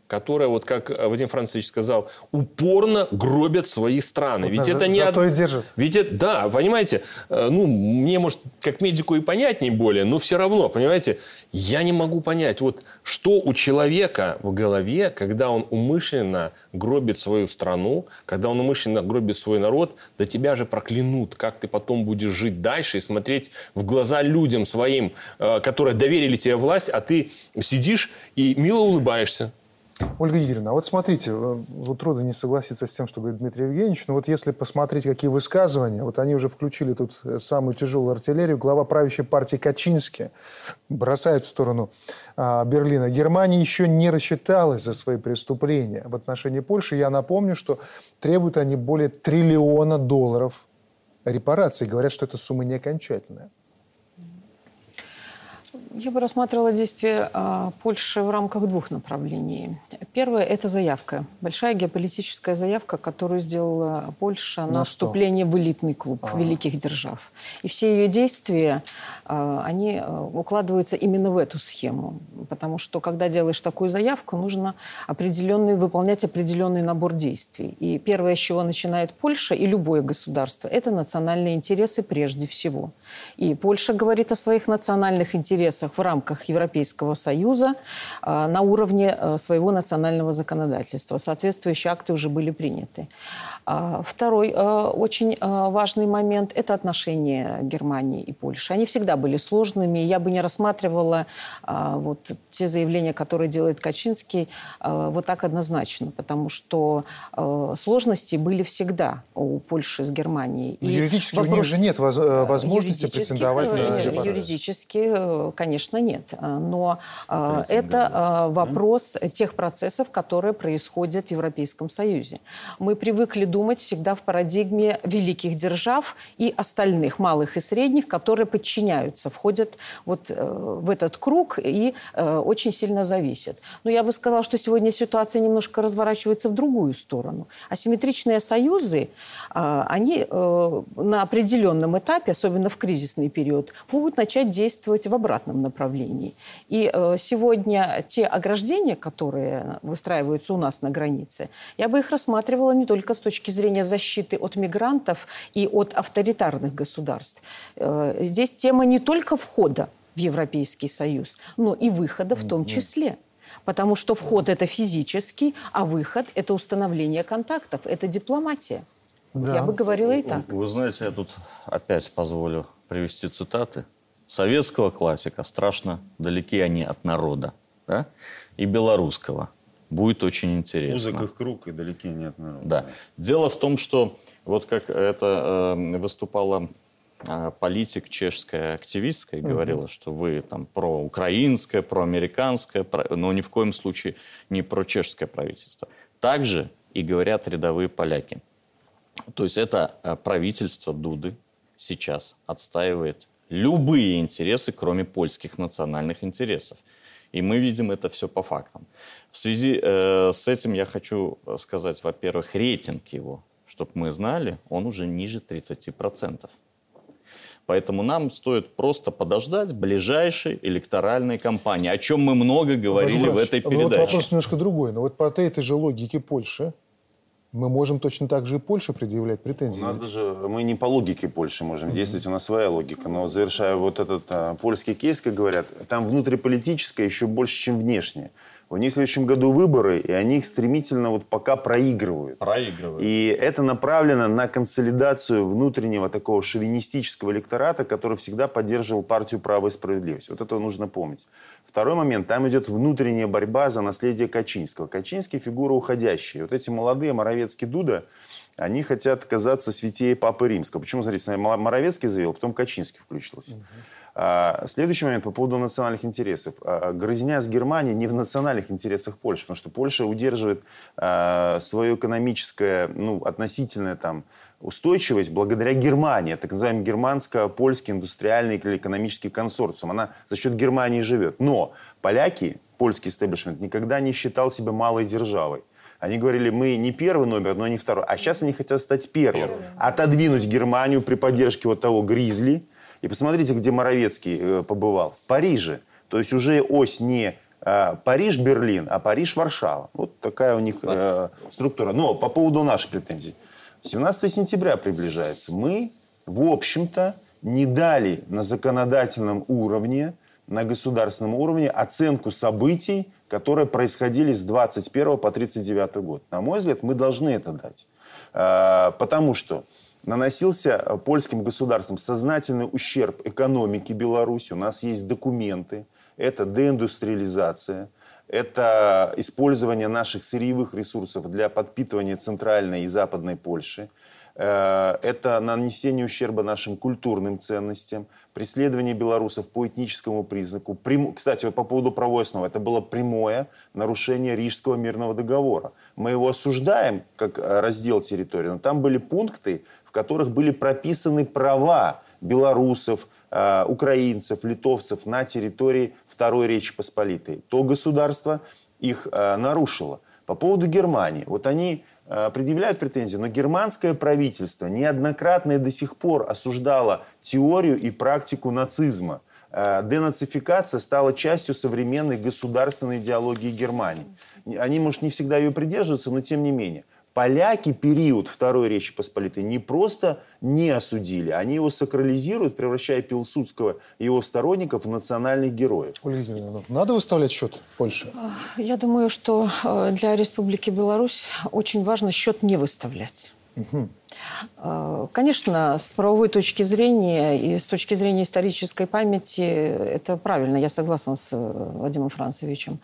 которая, вот как Вадим Францович сказал, упорно гробят свои страны. Вот Ведь за, это не зато од... и держит. Ведь это, да, понимаете, ну, мне, может, как медику и понятнее более, но все равно, понимаете, я не могу понять, вот что у человека в голове, когда он умышленно гробит свою страну, когда он умышленно гробит свой народ, да тебя же проклянут, как ты потом будешь жить дальше и смотреть в глаза людям своим, которые доверили тебе власть, а ты сидишь и мило улыбаешься. Ольга Игоревна, а вот смотрите, вот трудно не согласиться с тем, что говорит Дмитрий Евгеньевич, но вот если посмотреть, какие высказывания, вот они уже включили тут самую тяжелую артиллерию, глава правящей партии Качинский бросает в сторону а, Берлина. Германия еще не рассчиталась за свои преступления в отношении Польши. Я напомню, что требуют они более триллиона долларов репараций. Говорят, что эта сумма не окончательная. Я бы рассматривала действия э, Польши в рамках двух направлений. Первое – это заявка. Большая геополитическая заявка, которую сделала Польша на, на вступление в элитный клуб А-а-а. великих держав. И все ее действия, э, они укладываются именно в эту схему. Потому что, когда делаешь такую заявку, нужно определенный, выполнять определенный набор действий. И первое, с чего начинает Польша и любое государство – это национальные интересы прежде всего. И Польша говорит о своих национальных интересах в рамках Европейского Союза э, на уровне э, своего национального законодательства. Соответствующие акты уже были приняты. А второй э, очень э, важный момент – это отношения Германии и Польши. Они всегда были сложными. Я бы не рассматривала э, вот те заявления, которые делает Качинский, э, вот так однозначно, потому что э, сложности были всегда у Польши с Германией. И юридически вопрос... у них же нет воз... возможности претендовать на репарацию. Юридически, конечно, нет. Но э, это э, вопрос тех процессов, которые происходят в Европейском Союзе. Мы привыкли думать всегда в парадигме великих держав и остальных, малых и средних, которые подчиняются, входят вот э, в этот круг и э, очень сильно зависят. Но я бы сказала, что сегодня ситуация немножко разворачивается в другую сторону. Асимметричные союзы, э, они э, на определенном этапе, особенно в кризисный период, могут начать действовать в обратном направлении. И э, сегодня те ограждения, которые выстраиваются у нас на границе, я бы их рассматривала не только с точки зрения защиты от мигрантов и от авторитарных государств. Э, здесь тема не только входа в Европейский Союз, но и выхода в том числе. Потому что вход – это физический, а выход – это установление контактов, это дипломатия. Да. Я бы говорила и так. Вы знаете, я тут опять позволю привести цитаты советского классика «Страшно далеки они от народа», да? И белорусского. Будет очень интересно. Узок их круг и далеки они от народа. Да. Дело в том, что вот как это э, выступала э, политик чешская активистка и угу. говорила, что вы там проукраинское, проамериканское, про... но ни в коем случае не про чешское правительство. Также и говорят рядовые поляки. То есть это э, правительство Дуды сейчас отстаивает любые интересы, кроме польских национальных интересов. И мы видим это все по фактам. В связи э, с этим я хочу сказать, во-первых, рейтинг его, чтобы мы знали, он уже ниже тридцати процентов. Поэтому нам стоит просто подождать ближайшей электоральной кампании, о чем мы много говорили в этой передаче. Вот вопрос немножко другой. Но вот по этой же логике Польши мы можем точно так же и Польше предъявлять претензии. У нас даже, мы не по логике Польши можем mm-hmm. действовать, у нас своя логика. Но завершая вот этот а, польский кейс, как говорят, там внутриполитическое еще больше, чем внешнее. У них в следующем году выборы, и они их стремительно вот пока проигрывают. Проигрывают. И это направлено на консолидацию внутреннего такого шовинистического электората, который всегда поддерживал партию «Право и справедливость». Вот это нужно помнить. Второй момент. Там идет внутренняя борьба за наследие Качинского. Качинский – фигура уходящая. Вот эти молодые, Моровецкий, Дуда, они хотят казаться святее Папы Римского. Почему, смотрите, Моровецкий заявил, потом Качинский включился. Угу. Следующий момент по поводу национальных интересов. Грызня с Германией не в национальных интересах Польши, потому что Польша удерживает свою экономическое, ну, относительное там, устойчивость благодаря Германии, так называемый германско-польский индустриальный или экономический консорциум. Она за счет Германии живет. Но поляки, польский истеблишмент, никогда не считал себя малой державой. Они говорили, мы не первый номер, но не второй. А сейчас они хотят стать первым. Первый. Отодвинуть Германию при поддержке вот того Гризли. И посмотрите, где Моровецкий побывал. В Париже. То есть уже ось не Париж-Берлин, а Париж-Варшава. Вот такая у них э, структура. Но по поводу наших претензий. семнадцатое сентября приближается. Мы, в общем-то, не дали на законодательном уровне, на государственном уровне оценку событий, которые происходили с двадцать первого по тридцать девятый год. На мой взгляд, мы должны это дать. Э, потому что наносился польским государством сознательный ущерб экономике Беларуси. У нас есть документы. Это деиндустриализация, это использование наших сырьевых ресурсов для подпитывания центральной и западной Польши. Это нанесение ущерба нашим культурным ценностям, преследование белорусов по этническому признаку. Кстати, вот по поводу правовой основы. Это было прямое нарушение Рижского мирного договора. Мы его осуждаем как раздел территории, но там были пункты, в которых были прописаны права белорусов, украинцев, литовцев на территории Второй Речи Посполитой. То государство их нарушило. По поводу Германии. Вот они предъявляют претензии, но германское правительство неоднократно и до сих пор осуждало теорию и практику нацизма. Денацификация стала частью современной государственной идеологии Германии. Они, может, не всегда ее придерживаются, но тем не менее. Поляки период Второй Речи Посполитой не просто не осудили, они его сакрализируют, превращая Пилсудского и его сторонников в национальных героев. Ольга Юрьевна, надо выставлять счет Польше? Я думаю, что для Республики Беларусь очень важно счет не выставлять. Угу. Конечно, с правовой точки зрения и с точки зрения исторической памяти это правильно, я согласна с Вадимом Францевичем.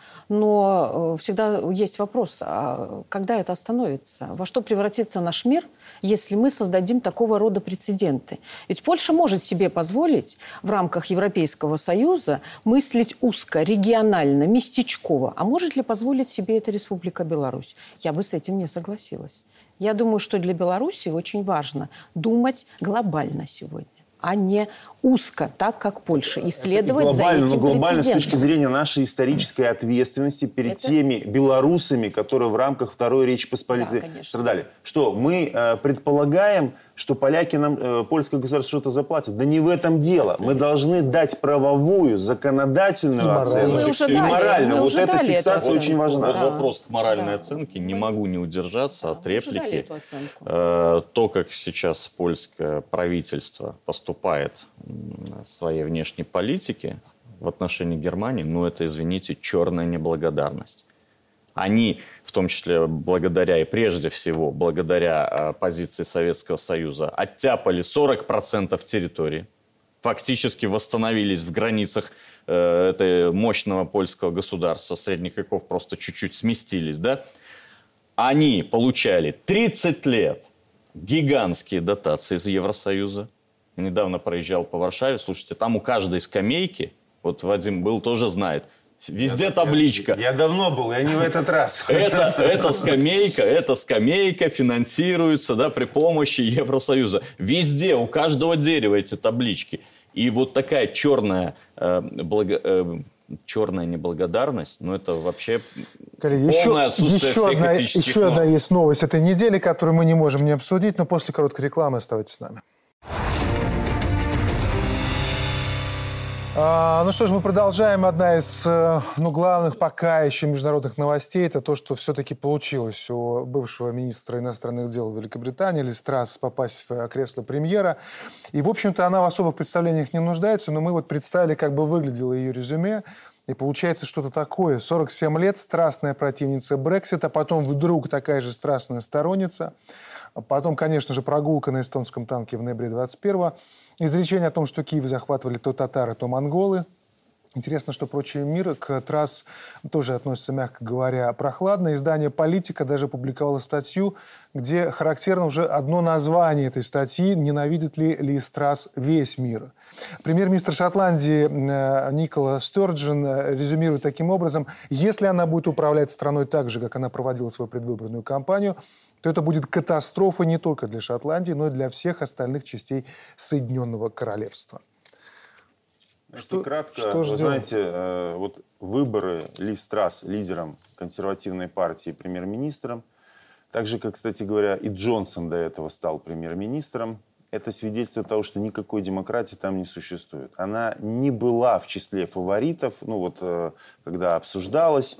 Но всегда есть вопрос, а когда это остановится? Во что превратится наш мир, если мы создадим такого рода прецеденты? Ведь Польша может себе позволить в рамках Европейского Союза мыслить узко, регионально, местечково. А может ли позволить себе это Республика Беларусь? Я бы с этим не согласилась. Я думаю, что для Беларуси очень важно думать глобально сегодня, а не узко, так как Польша, и следовать за этим но глобально прецедентом. с точки зрения нашей исторической ответственности перед Это... теми белорусами, которые в рамках Второй Речи Посполитой да, страдали. Что, мы э, предполагаем, что поляки нам, э, польское государство что-то заплатит? Да не в этом дело. Мы должны дать правовую, законодательную и оценку. И моральную. Вот эта фиксация очень важна. Вот да. Вопрос к моральной да. оценке. Не могу не удержаться да, от реплики. Э, то, как сейчас польское правительство поступает в своей внешней политике в отношении Германии, ну, это, извините, черная неблагодарность. Они, в том числе благодаря и прежде всего благодаря э, позиции Советского Союза, оттяпали сорок процентов территории, фактически восстановились в границах э, этой мощного польского государства, средних веков просто чуть-чуть сместились, да? Они получали тридцать лет гигантские дотации из Евросоюза. Недавно проезжал по Варшаве. Слушайте, там у каждой скамейки, вот Вадим был, тоже знает, везде я, табличка. Я, я давно был, я не в этот раз. Это, это скамейка, эта скамейка финансируется да, при помощи Евросоюза. Везде, у каждого дерева эти таблички. И вот такая черная, э, благо, э, черная неблагодарность, ну это вообще Коллеги, полное еще, отсутствие еще всех одна, этических еще норм. одна есть новость этой недели, которую мы не можем не обсудить, но после короткой рекламы оставайтесь с нами. А, ну что ж, мы продолжаем. Одна из ну, главных пока еще международных новостей – это то, что все-таки получилось у бывшего министра иностранных дел Великобритании Лиз Трасс попасть в кресло премьера. И, в общем-то, она в особых представлениях не нуждается, но мы вот представили, как бы выглядело ее резюме. И получается что-то такое. сорок семь лет, страстная противница Брексита, потом вдруг такая же страстная сторонница. Потом, конечно же, прогулка на эстонском танке в ноябре двадцать первого. Изречение о том, что Киев захватывали то татары, то монголы. Интересно, что прочий мир к Трасс тоже относится, мягко говоря, прохладно. Издание «Политика» даже публиковало статью, где характерно уже одно название этой статьи «Ненавидит ли Лиз Трасс весь мир?». Премьер-министр Шотландии Никола Стёрджен резюмирует таким образом: если она будет управлять страной так же, как она проводила свою предвыборную кампанию, то это будет катастрофа не только для Шотландии, но и для всех остальных частей Соединенного Королевства. Что, что кратко, что вы знаете, э, вот выборы Лиз Трасс лидером консервативной партии премьер-министром, так же, как, кстати говоря, и Джонсон до этого стал премьер-министром, это свидетельство того, что никакой демократии там не существует. Она не была в числе фаворитов, ну вот, когда обсуждалось,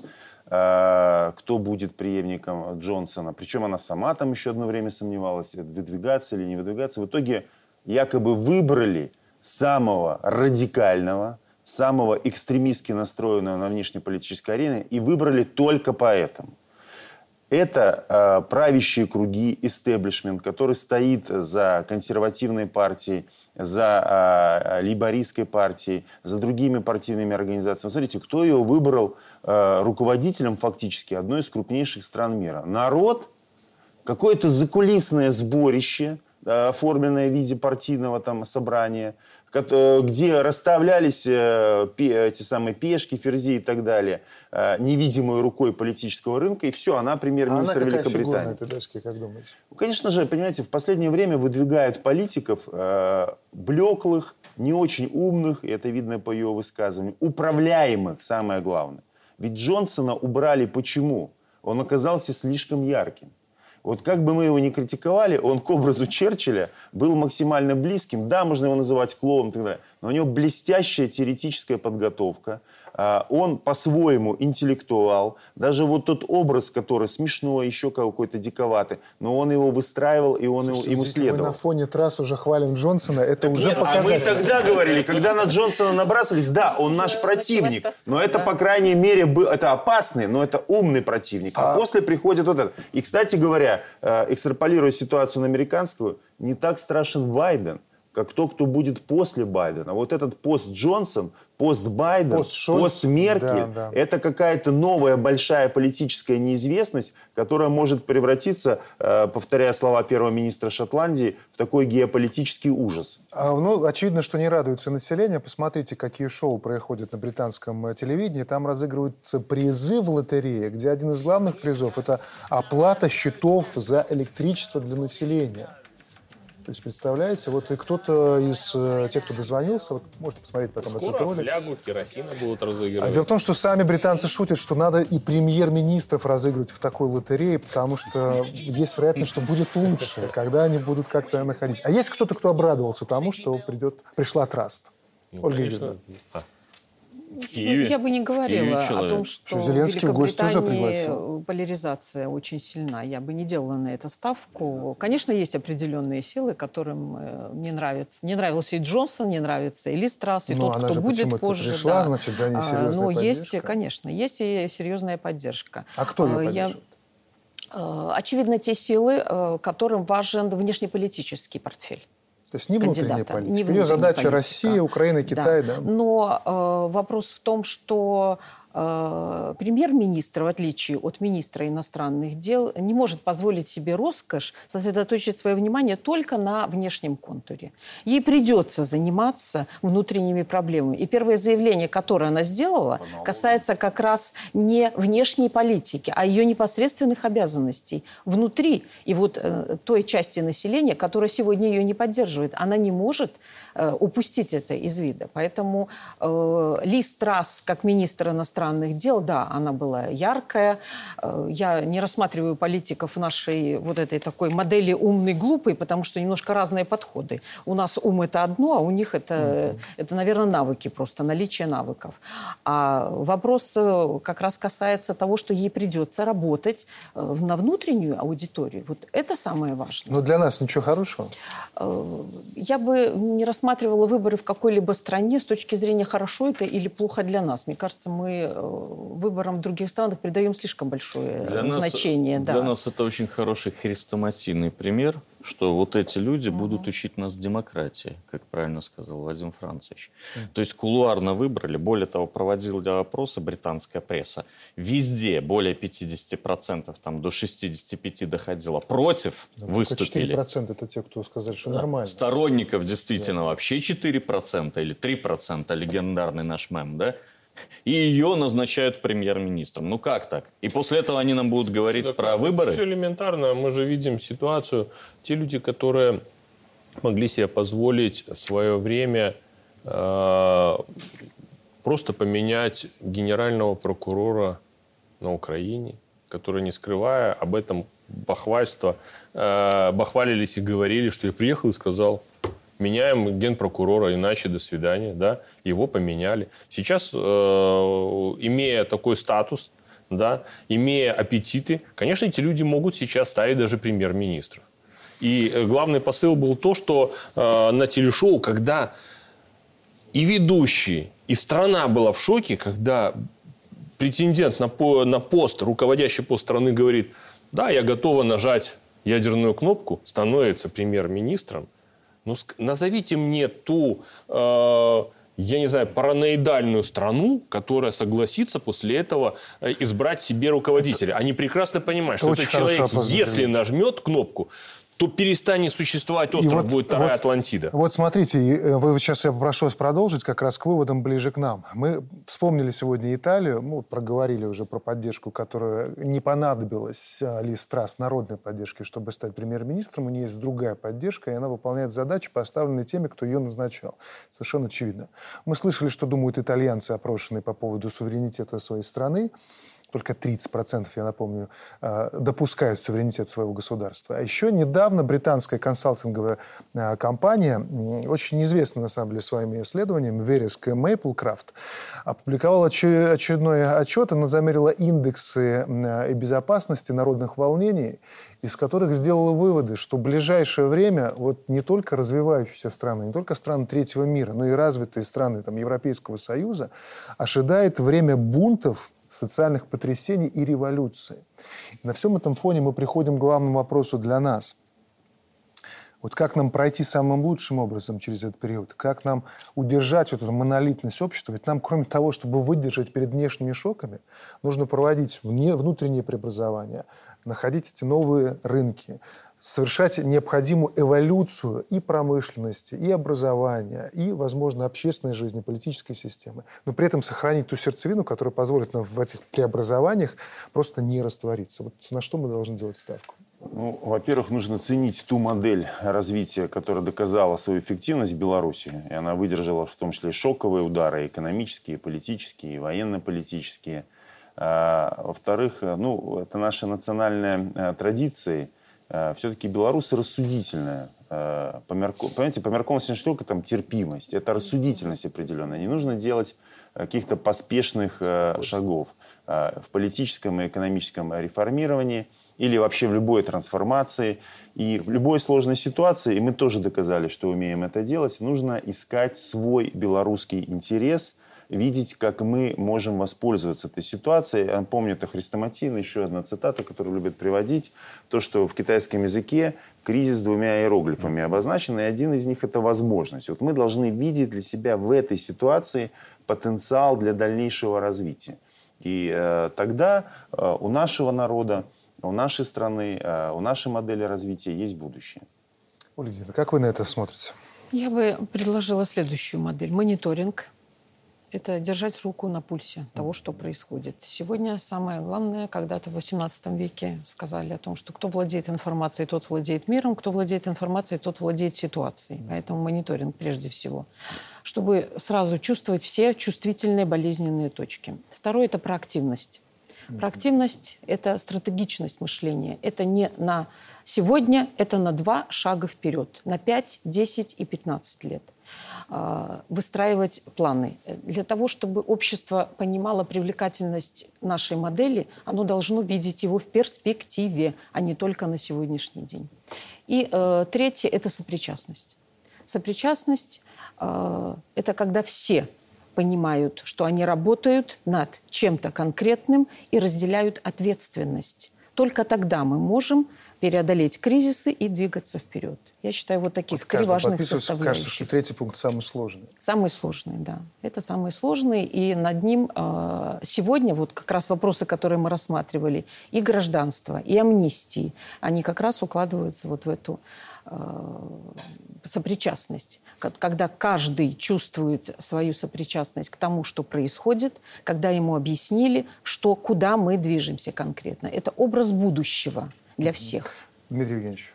кто будет преемником Джонсона. Причем она сама там еще одно время сомневалась, выдвигаться или не выдвигаться. В итоге якобы выбрали самого радикального, самого экстремистски настроенного на внешнеполитической арене и выбрали только поэтому. Это э, правящие круги, истеблишмент, который стоит за консервативной партией, за э, лейбористской партией, за другими партийными организациями. Смотрите, кто ее выбрал э, руководителем фактически одной из крупнейших стран мира? Народ, какое-то закулисное сборище, э, оформленное в виде партийного там собрания, где расставлялись эти самые пешки, ферзи и так далее, невидимой рукой политического рынка, и все, она премьер-министр а она Великобритании. Фигура на этой доске, как думаете? Конечно же, понимаете, в последнее время выдвигают политиков э, блеклых, не очень умных, и это видно по ее высказыванию, управляемых, самое главное. Ведь Джонсона убрали почему? Он оказался слишком ярким. Вот как бы мы его ни критиковали, он к образу Черчилля был максимально близким. Да, можно его называть клоуном и так далее, но у него блестящая теоретическая подготовка. Он по-своему интеллектуал. Даже вот тот образ, который смешной, еще какой-то диковатый, но он его выстраивал, и он Слушайте, ему следовал. Мы на фоне трасс уже хвалим Джонсона, это так уже нет, показатель. А мы тогда говорили, когда на Джонсона набрасывались, да, он наш противник, но это, по крайней мере, был, это опасный, но это умный противник. А, а после приходит вот это. И, кстати говоря, экстраполируя ситуацию на американскую, не так страшен Байден, как то, кто будет после Байдена. Вот этот пост Джонсон, пост Байден, пост, пост Меркель, да, да. это какая-то новая большая политическая неизвестность, которая может превратиться, повторяя слова первого министра Шотландии, в такой геополитический ужас. А, ну, очевидно, что не радуется население. Посмотрите, какие шоу происходят на британском телевидении. Там разыгрывают призы в лотерее, где один из главных призов – это оплата счетов за электричество для населения. То есть, представляете, вот и кто-то из э, тех, кто дозвонился, вот можете посмотреть потом Скоро этот ролик. флягу керосина будут разыгрывать. А дело в том, что сами британцы шутят, что надо и премьер-министров разыгрывать в такой лотерее, потому что есть вероятность, что будет лучше, когда они будут как-то находить. А есть кто-то, кто обрадовался тому, что придет, пришла Траст? Ну, Ольга конечно. Юрьевна. В Киеве. Ну, я бы не говорила о том, что, что Зеленский в гости уже пригласил. Поляризация очень сильна. Я бы не делала на это ставку. Конечно, есть определенные силы, которым не нравится. Не нравился и Джонсон, не нравится и Лиз Трасс, и ну, тот, кто будет позже. Пришла, да. значит, за ней серьезная Но поддержка. есть, конечно, есть и серьезная поддержка. А кто ее поддержит? Я, очевидно, те силы, которым важен внешнеполитический портфель. То есть не внутренняя кандидата, политика. Не Ее внутренняя задача политика. Россия, Украина, Китай. Да. Да. Но э, вопрос в том, что э, премьер-министр, в отличие от министра иностранных дел, не может позволить себе роскошь сосредоточить свое внимание только на внешнем контуре. Ей придется заниматься внутренними проблемами. И первое заявление, которое она сделала, касается как раз не внешней политики, а ее непосредственных обязанностей внутри. И вот э, той части населения, которая сегодня ее не поддерживает, она не может э, упустить это из вида. Поэтому э, Лиз Трасс, как министр иностранных дел, да, она была яркая. Э, я не рассматриваю политиков в нашей вот этой такой модели умный-глупый, потому что немножко разные подходы. У нас ум – это одно, а у них это, mm-hmm. это, наверное, навыки просто, наличие навыков. А вопрос как раз касается того, что ей придется работать на внутреннюю аудиторию. Вот это самое важное. Но для нас ничего хорошего? Я бы не рассматривала выборы в какой-либо стране с точки зрения, хорошо это или плохо для нас. Мне кажется, мы выборам в других странах придаем слишком большое для значение. Нас, да. Для нас это очень хороший хрестоматийный пример, что вот эти люди uh-huh. будут учить нас демократии, как правильно сказал Вадим Францевич. Uh-huh. То есть кулуарно выбрали, более того, проводила опросы британская пресса. Везде более пятьдесят процентов, там, до шестьдесят пять процентов доходило против, да, выступили. четыре процента это те, кто сказали, что да. нормально. Сторонников действительно да. вообще четыре процента или три процента, легендарный наш мем, да? И ее назначают премьер-министром. Ну как так? И после этого они нам будут говорить да, про выборы? Все элементарно. Мы же видим ситуацию. Те люди, которые могли себе позволить в свое время э, просто поменять генерального прокурора на Украине, которые, не скрывая об этом бахвальства, э, бахвалились и говорили, что я приехал и сказал, меняем генпрокурора, иначе до свидания, да, его поменяли. Сейчас, э, имея такой статус, да, имея аппетиты, конечно, эти люди могут сейчас ставить даже премьер-министров. И главный посыл был то, что э, на телешоу, когда и ведущий, и страна была в шоке, когда претендент на, по, на пост, руководящий пост страны говорит, да, я готова нажать ядерную кнопку, становится премьер-министром. Ну, назовите мне ту, э, я не знаю, параноидальную страну, которая согласится после этого избрать себе руководителя. Они прекрасно понимают, что этот человек, если нажмет кнопку, то перестанет существовать остров, вот, будет вторая вот, Атлантида. Вот смотрите, вы сейчас, я попрошу вас продолжить как раз к выводам ближе к нам. Мы вспомнили сегодня Италию, мы проговорили уже про поддержку, которая не понадобилась Лиз Трасс, народной поддержки, чтобы стать премьер-министром. У нее есть другая поддержка, и она выполняет задачи, поставленные теми, кто ее назначал. Совершенно очевидно. Мы слышали, что думают итальянцы, опрошенные по поводу суверенитета своей страны. Только тридцать процентов, я напомню, допускают суверенитет своего государства. А еще недавно британская консалтинговая компания, очень известная, на самом деле, своими исследованиями, Verisk Maplecraft, опубликовала очередной отчет. Она замерила индексы безопасности народных волнений, из которых сделала выводы, что в ближайшее время вот не только развивающиеся страны, не только страны третьего мира, но и развитые страны там, Европейского Союза ожидает время бунтов, социальных потрясений и революции. И на всем этом фоне мы приходим к главному вопросу для нас. Вот как нам пройти самым лучшим образом через этот период? Как нам удержать вот эту монолитность общества? Ведь нам, кроме того, чтобы выдержать перед внешними шоками, нужно проводить внутренние преобразования, находить эти новые рынки, совершать необходимую эволюцию и промышленности, и образования, и, возможно, общественной жизни, политической системы. Но при этом сохранить ту сердцевину, которая позволит нам в этих преобразованиях просто не раствориться. Вот на что мы должны делать ставку? Ну, во-первых, нужно ценить ту модель развития, которая доказала свою эффективность в Беларуси. И она выдержала в том числе шоковые удары, экономические, политические, военно-политические. А, во-вторых, ну, это наши национальные традиции. Все-таки белорусы рассудительные. По мерку, понимаете, по меркам только там терпимость. Это рассудительность определенная. Не нужно делать каких-то поспешных шагов в политическом и экономическом реформировании или вообще в любой трансформации. И в любой сложной ситуации, и мы тоже доказали, что умеем это делать, нужно искать свой белорусский интерес, видеть, как мы можем воспользоваться этой ситуацией. Я помню, это Хрестоматийна, еще одна цитата, которую любят приводить. То, что в китайском языке кризис двумя иероглифами обозначен, и один из них – это возможность. Вот мы должны видеть для себя в этой ситуации потенциал для дальнейшего развития. И э, тогда э, у нашего народа, у нашей страны, э, у нашей модели развития есть будущее. Ольга, как вы на это смотрите? Я бы предложила следующую модель. Мониторинг. Это держать руку на пульсе того, что происходит. Сегодня самое главное, когда-то в восемнадцатом веке сказали о том, что кто владеет информацией, тот владеет миром, кто владеет информацией, тот владеет ситуацией. Поэтому мониторинг прежде всего, чтобы сразу чувствовать все чувствительные болезненные точки. Второе – это проактивность. Проактивность – это стратегичность мышления. Это не на сегодня, это на два шага вперед, на пять, десять и пятнадцать лет. Выстраивать планы. Для того, чтобы общество понимало привлекательность нашей модели, оно должно видеть его в перспективе, а не только на сегодняшний день. И э, третье – это сопричастность. Сопричастность э, – это когда все понимают, что они работают над чем-то конкретным и разделяют ответственность. Только тогда мы можем преодолеть кризисы и двигаться вперед. Я считаю, вот таких вот три важных составляющих. Кажется, что третий пункт самый сложный. Самый сложный, да. Это самый сложный. И над ним э, сегодня вот как раз вопросы, которые мы рассматривали, и гражданство, и амнистии, они как раз укладываются вот в эту э, сопричастность. Когда каждый чувствует свою сопричастность к тому, что происходит, когда ему объяснили, что, куда мы движемся конкретно. Это образ будущего для всех. Дмитрий Евгеньевич.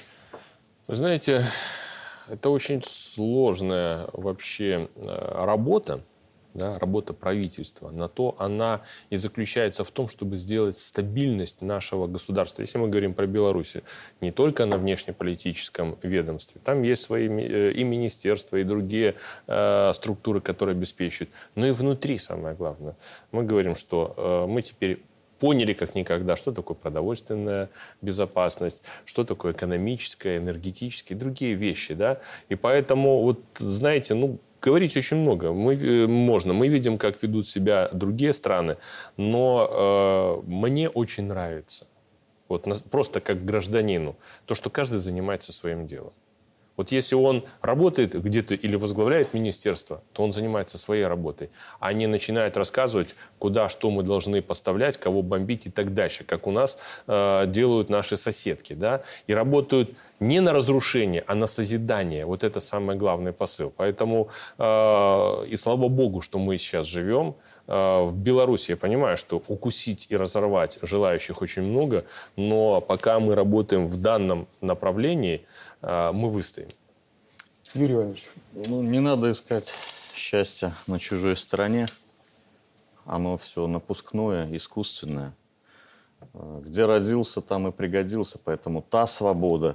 Вы знаете, это очень сложная вообще работа, да, работа правительства. На то она и заключается в том, чтобы сделать стабильность нашего государства. Если мы говорим про Беларусь, не только на внешнеполитическом ведомстве, там есть свои и министерства, и другие э, структуры, которые обеспечивают, но и внутри самое главное. Мы говорим, что э, мы теперь поняли как никогда, что такое продовольственная безопасность, что такое экономическая, энергетическая и другие вещи. Да? И поэтому, вот, знаете, ну, говорить очень много мы, можно. Мы видим, как ведут себя другие страны, но э, мне очень нравится, вот, просто как гражданину, то, что каждый занимается своим делом. Вот если он работает где-то или возглавляет министерство, то он занимается своей работой, а не начинает рассказывать, куда, что мы должны поставлять, кого бомбить и так дальше, как у нас э, делают наши соседки. Да? И работают не на разрушение, а на созидание. Вот это самый главный посыл. Поэтому э, и слава богу, что мы сейчас живем. Э, в Беларуси я понимаю, что укусить и разорвать желающих очень много, но пока мы работаем в данном направлении, э, мы выстоим. Юрий Иванович. Ну, не надо искать счастья на чужой стороне. Оно все напускное, искусственное. Где родился, там и пригодился. Поэтому та свобода,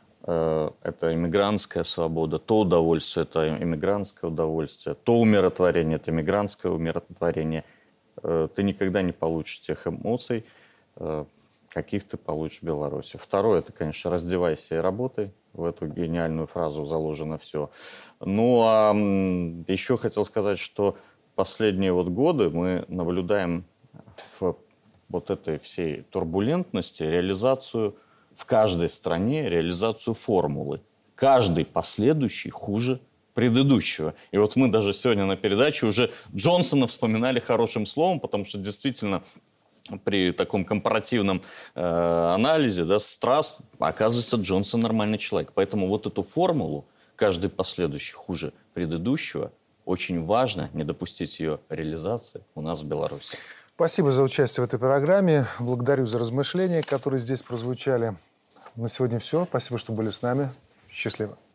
это иммигрантская свобода, то удовольствие, это иммигрантское удовольствие, то умиротворение, это иммигрантское умиротворение. Ты никогда не получишь тех эмоций, каких ты получишь в Беларуси. Второе, это, конечно, раздевайся и работай. В эту гениальную фразу заложено все. Ну, а еще хотел сказать, что последние вот годы мы наблюдаем в вот этой всей турбулентности реализацию в каждой стране, реализацию формулы. Каждый последующий хуже предыдущего. И вот мы даже сегодня на передаче уже Джонсона вспоминали хорошим словом, потому что действительно при таком компаративном э, анализе, да, страз, оказывается, Джонсон нормальный человек. Поэтому вот эту формулу, каждый последующий хуже предыдущего, очень важно не допустить ее реализации у нас в Беларуси. Спасибо за участие в этой программе. Благодарю за размышления, которые здесь прозвучали. На сегодня все. Спасибо, что были с нами. Счастливо.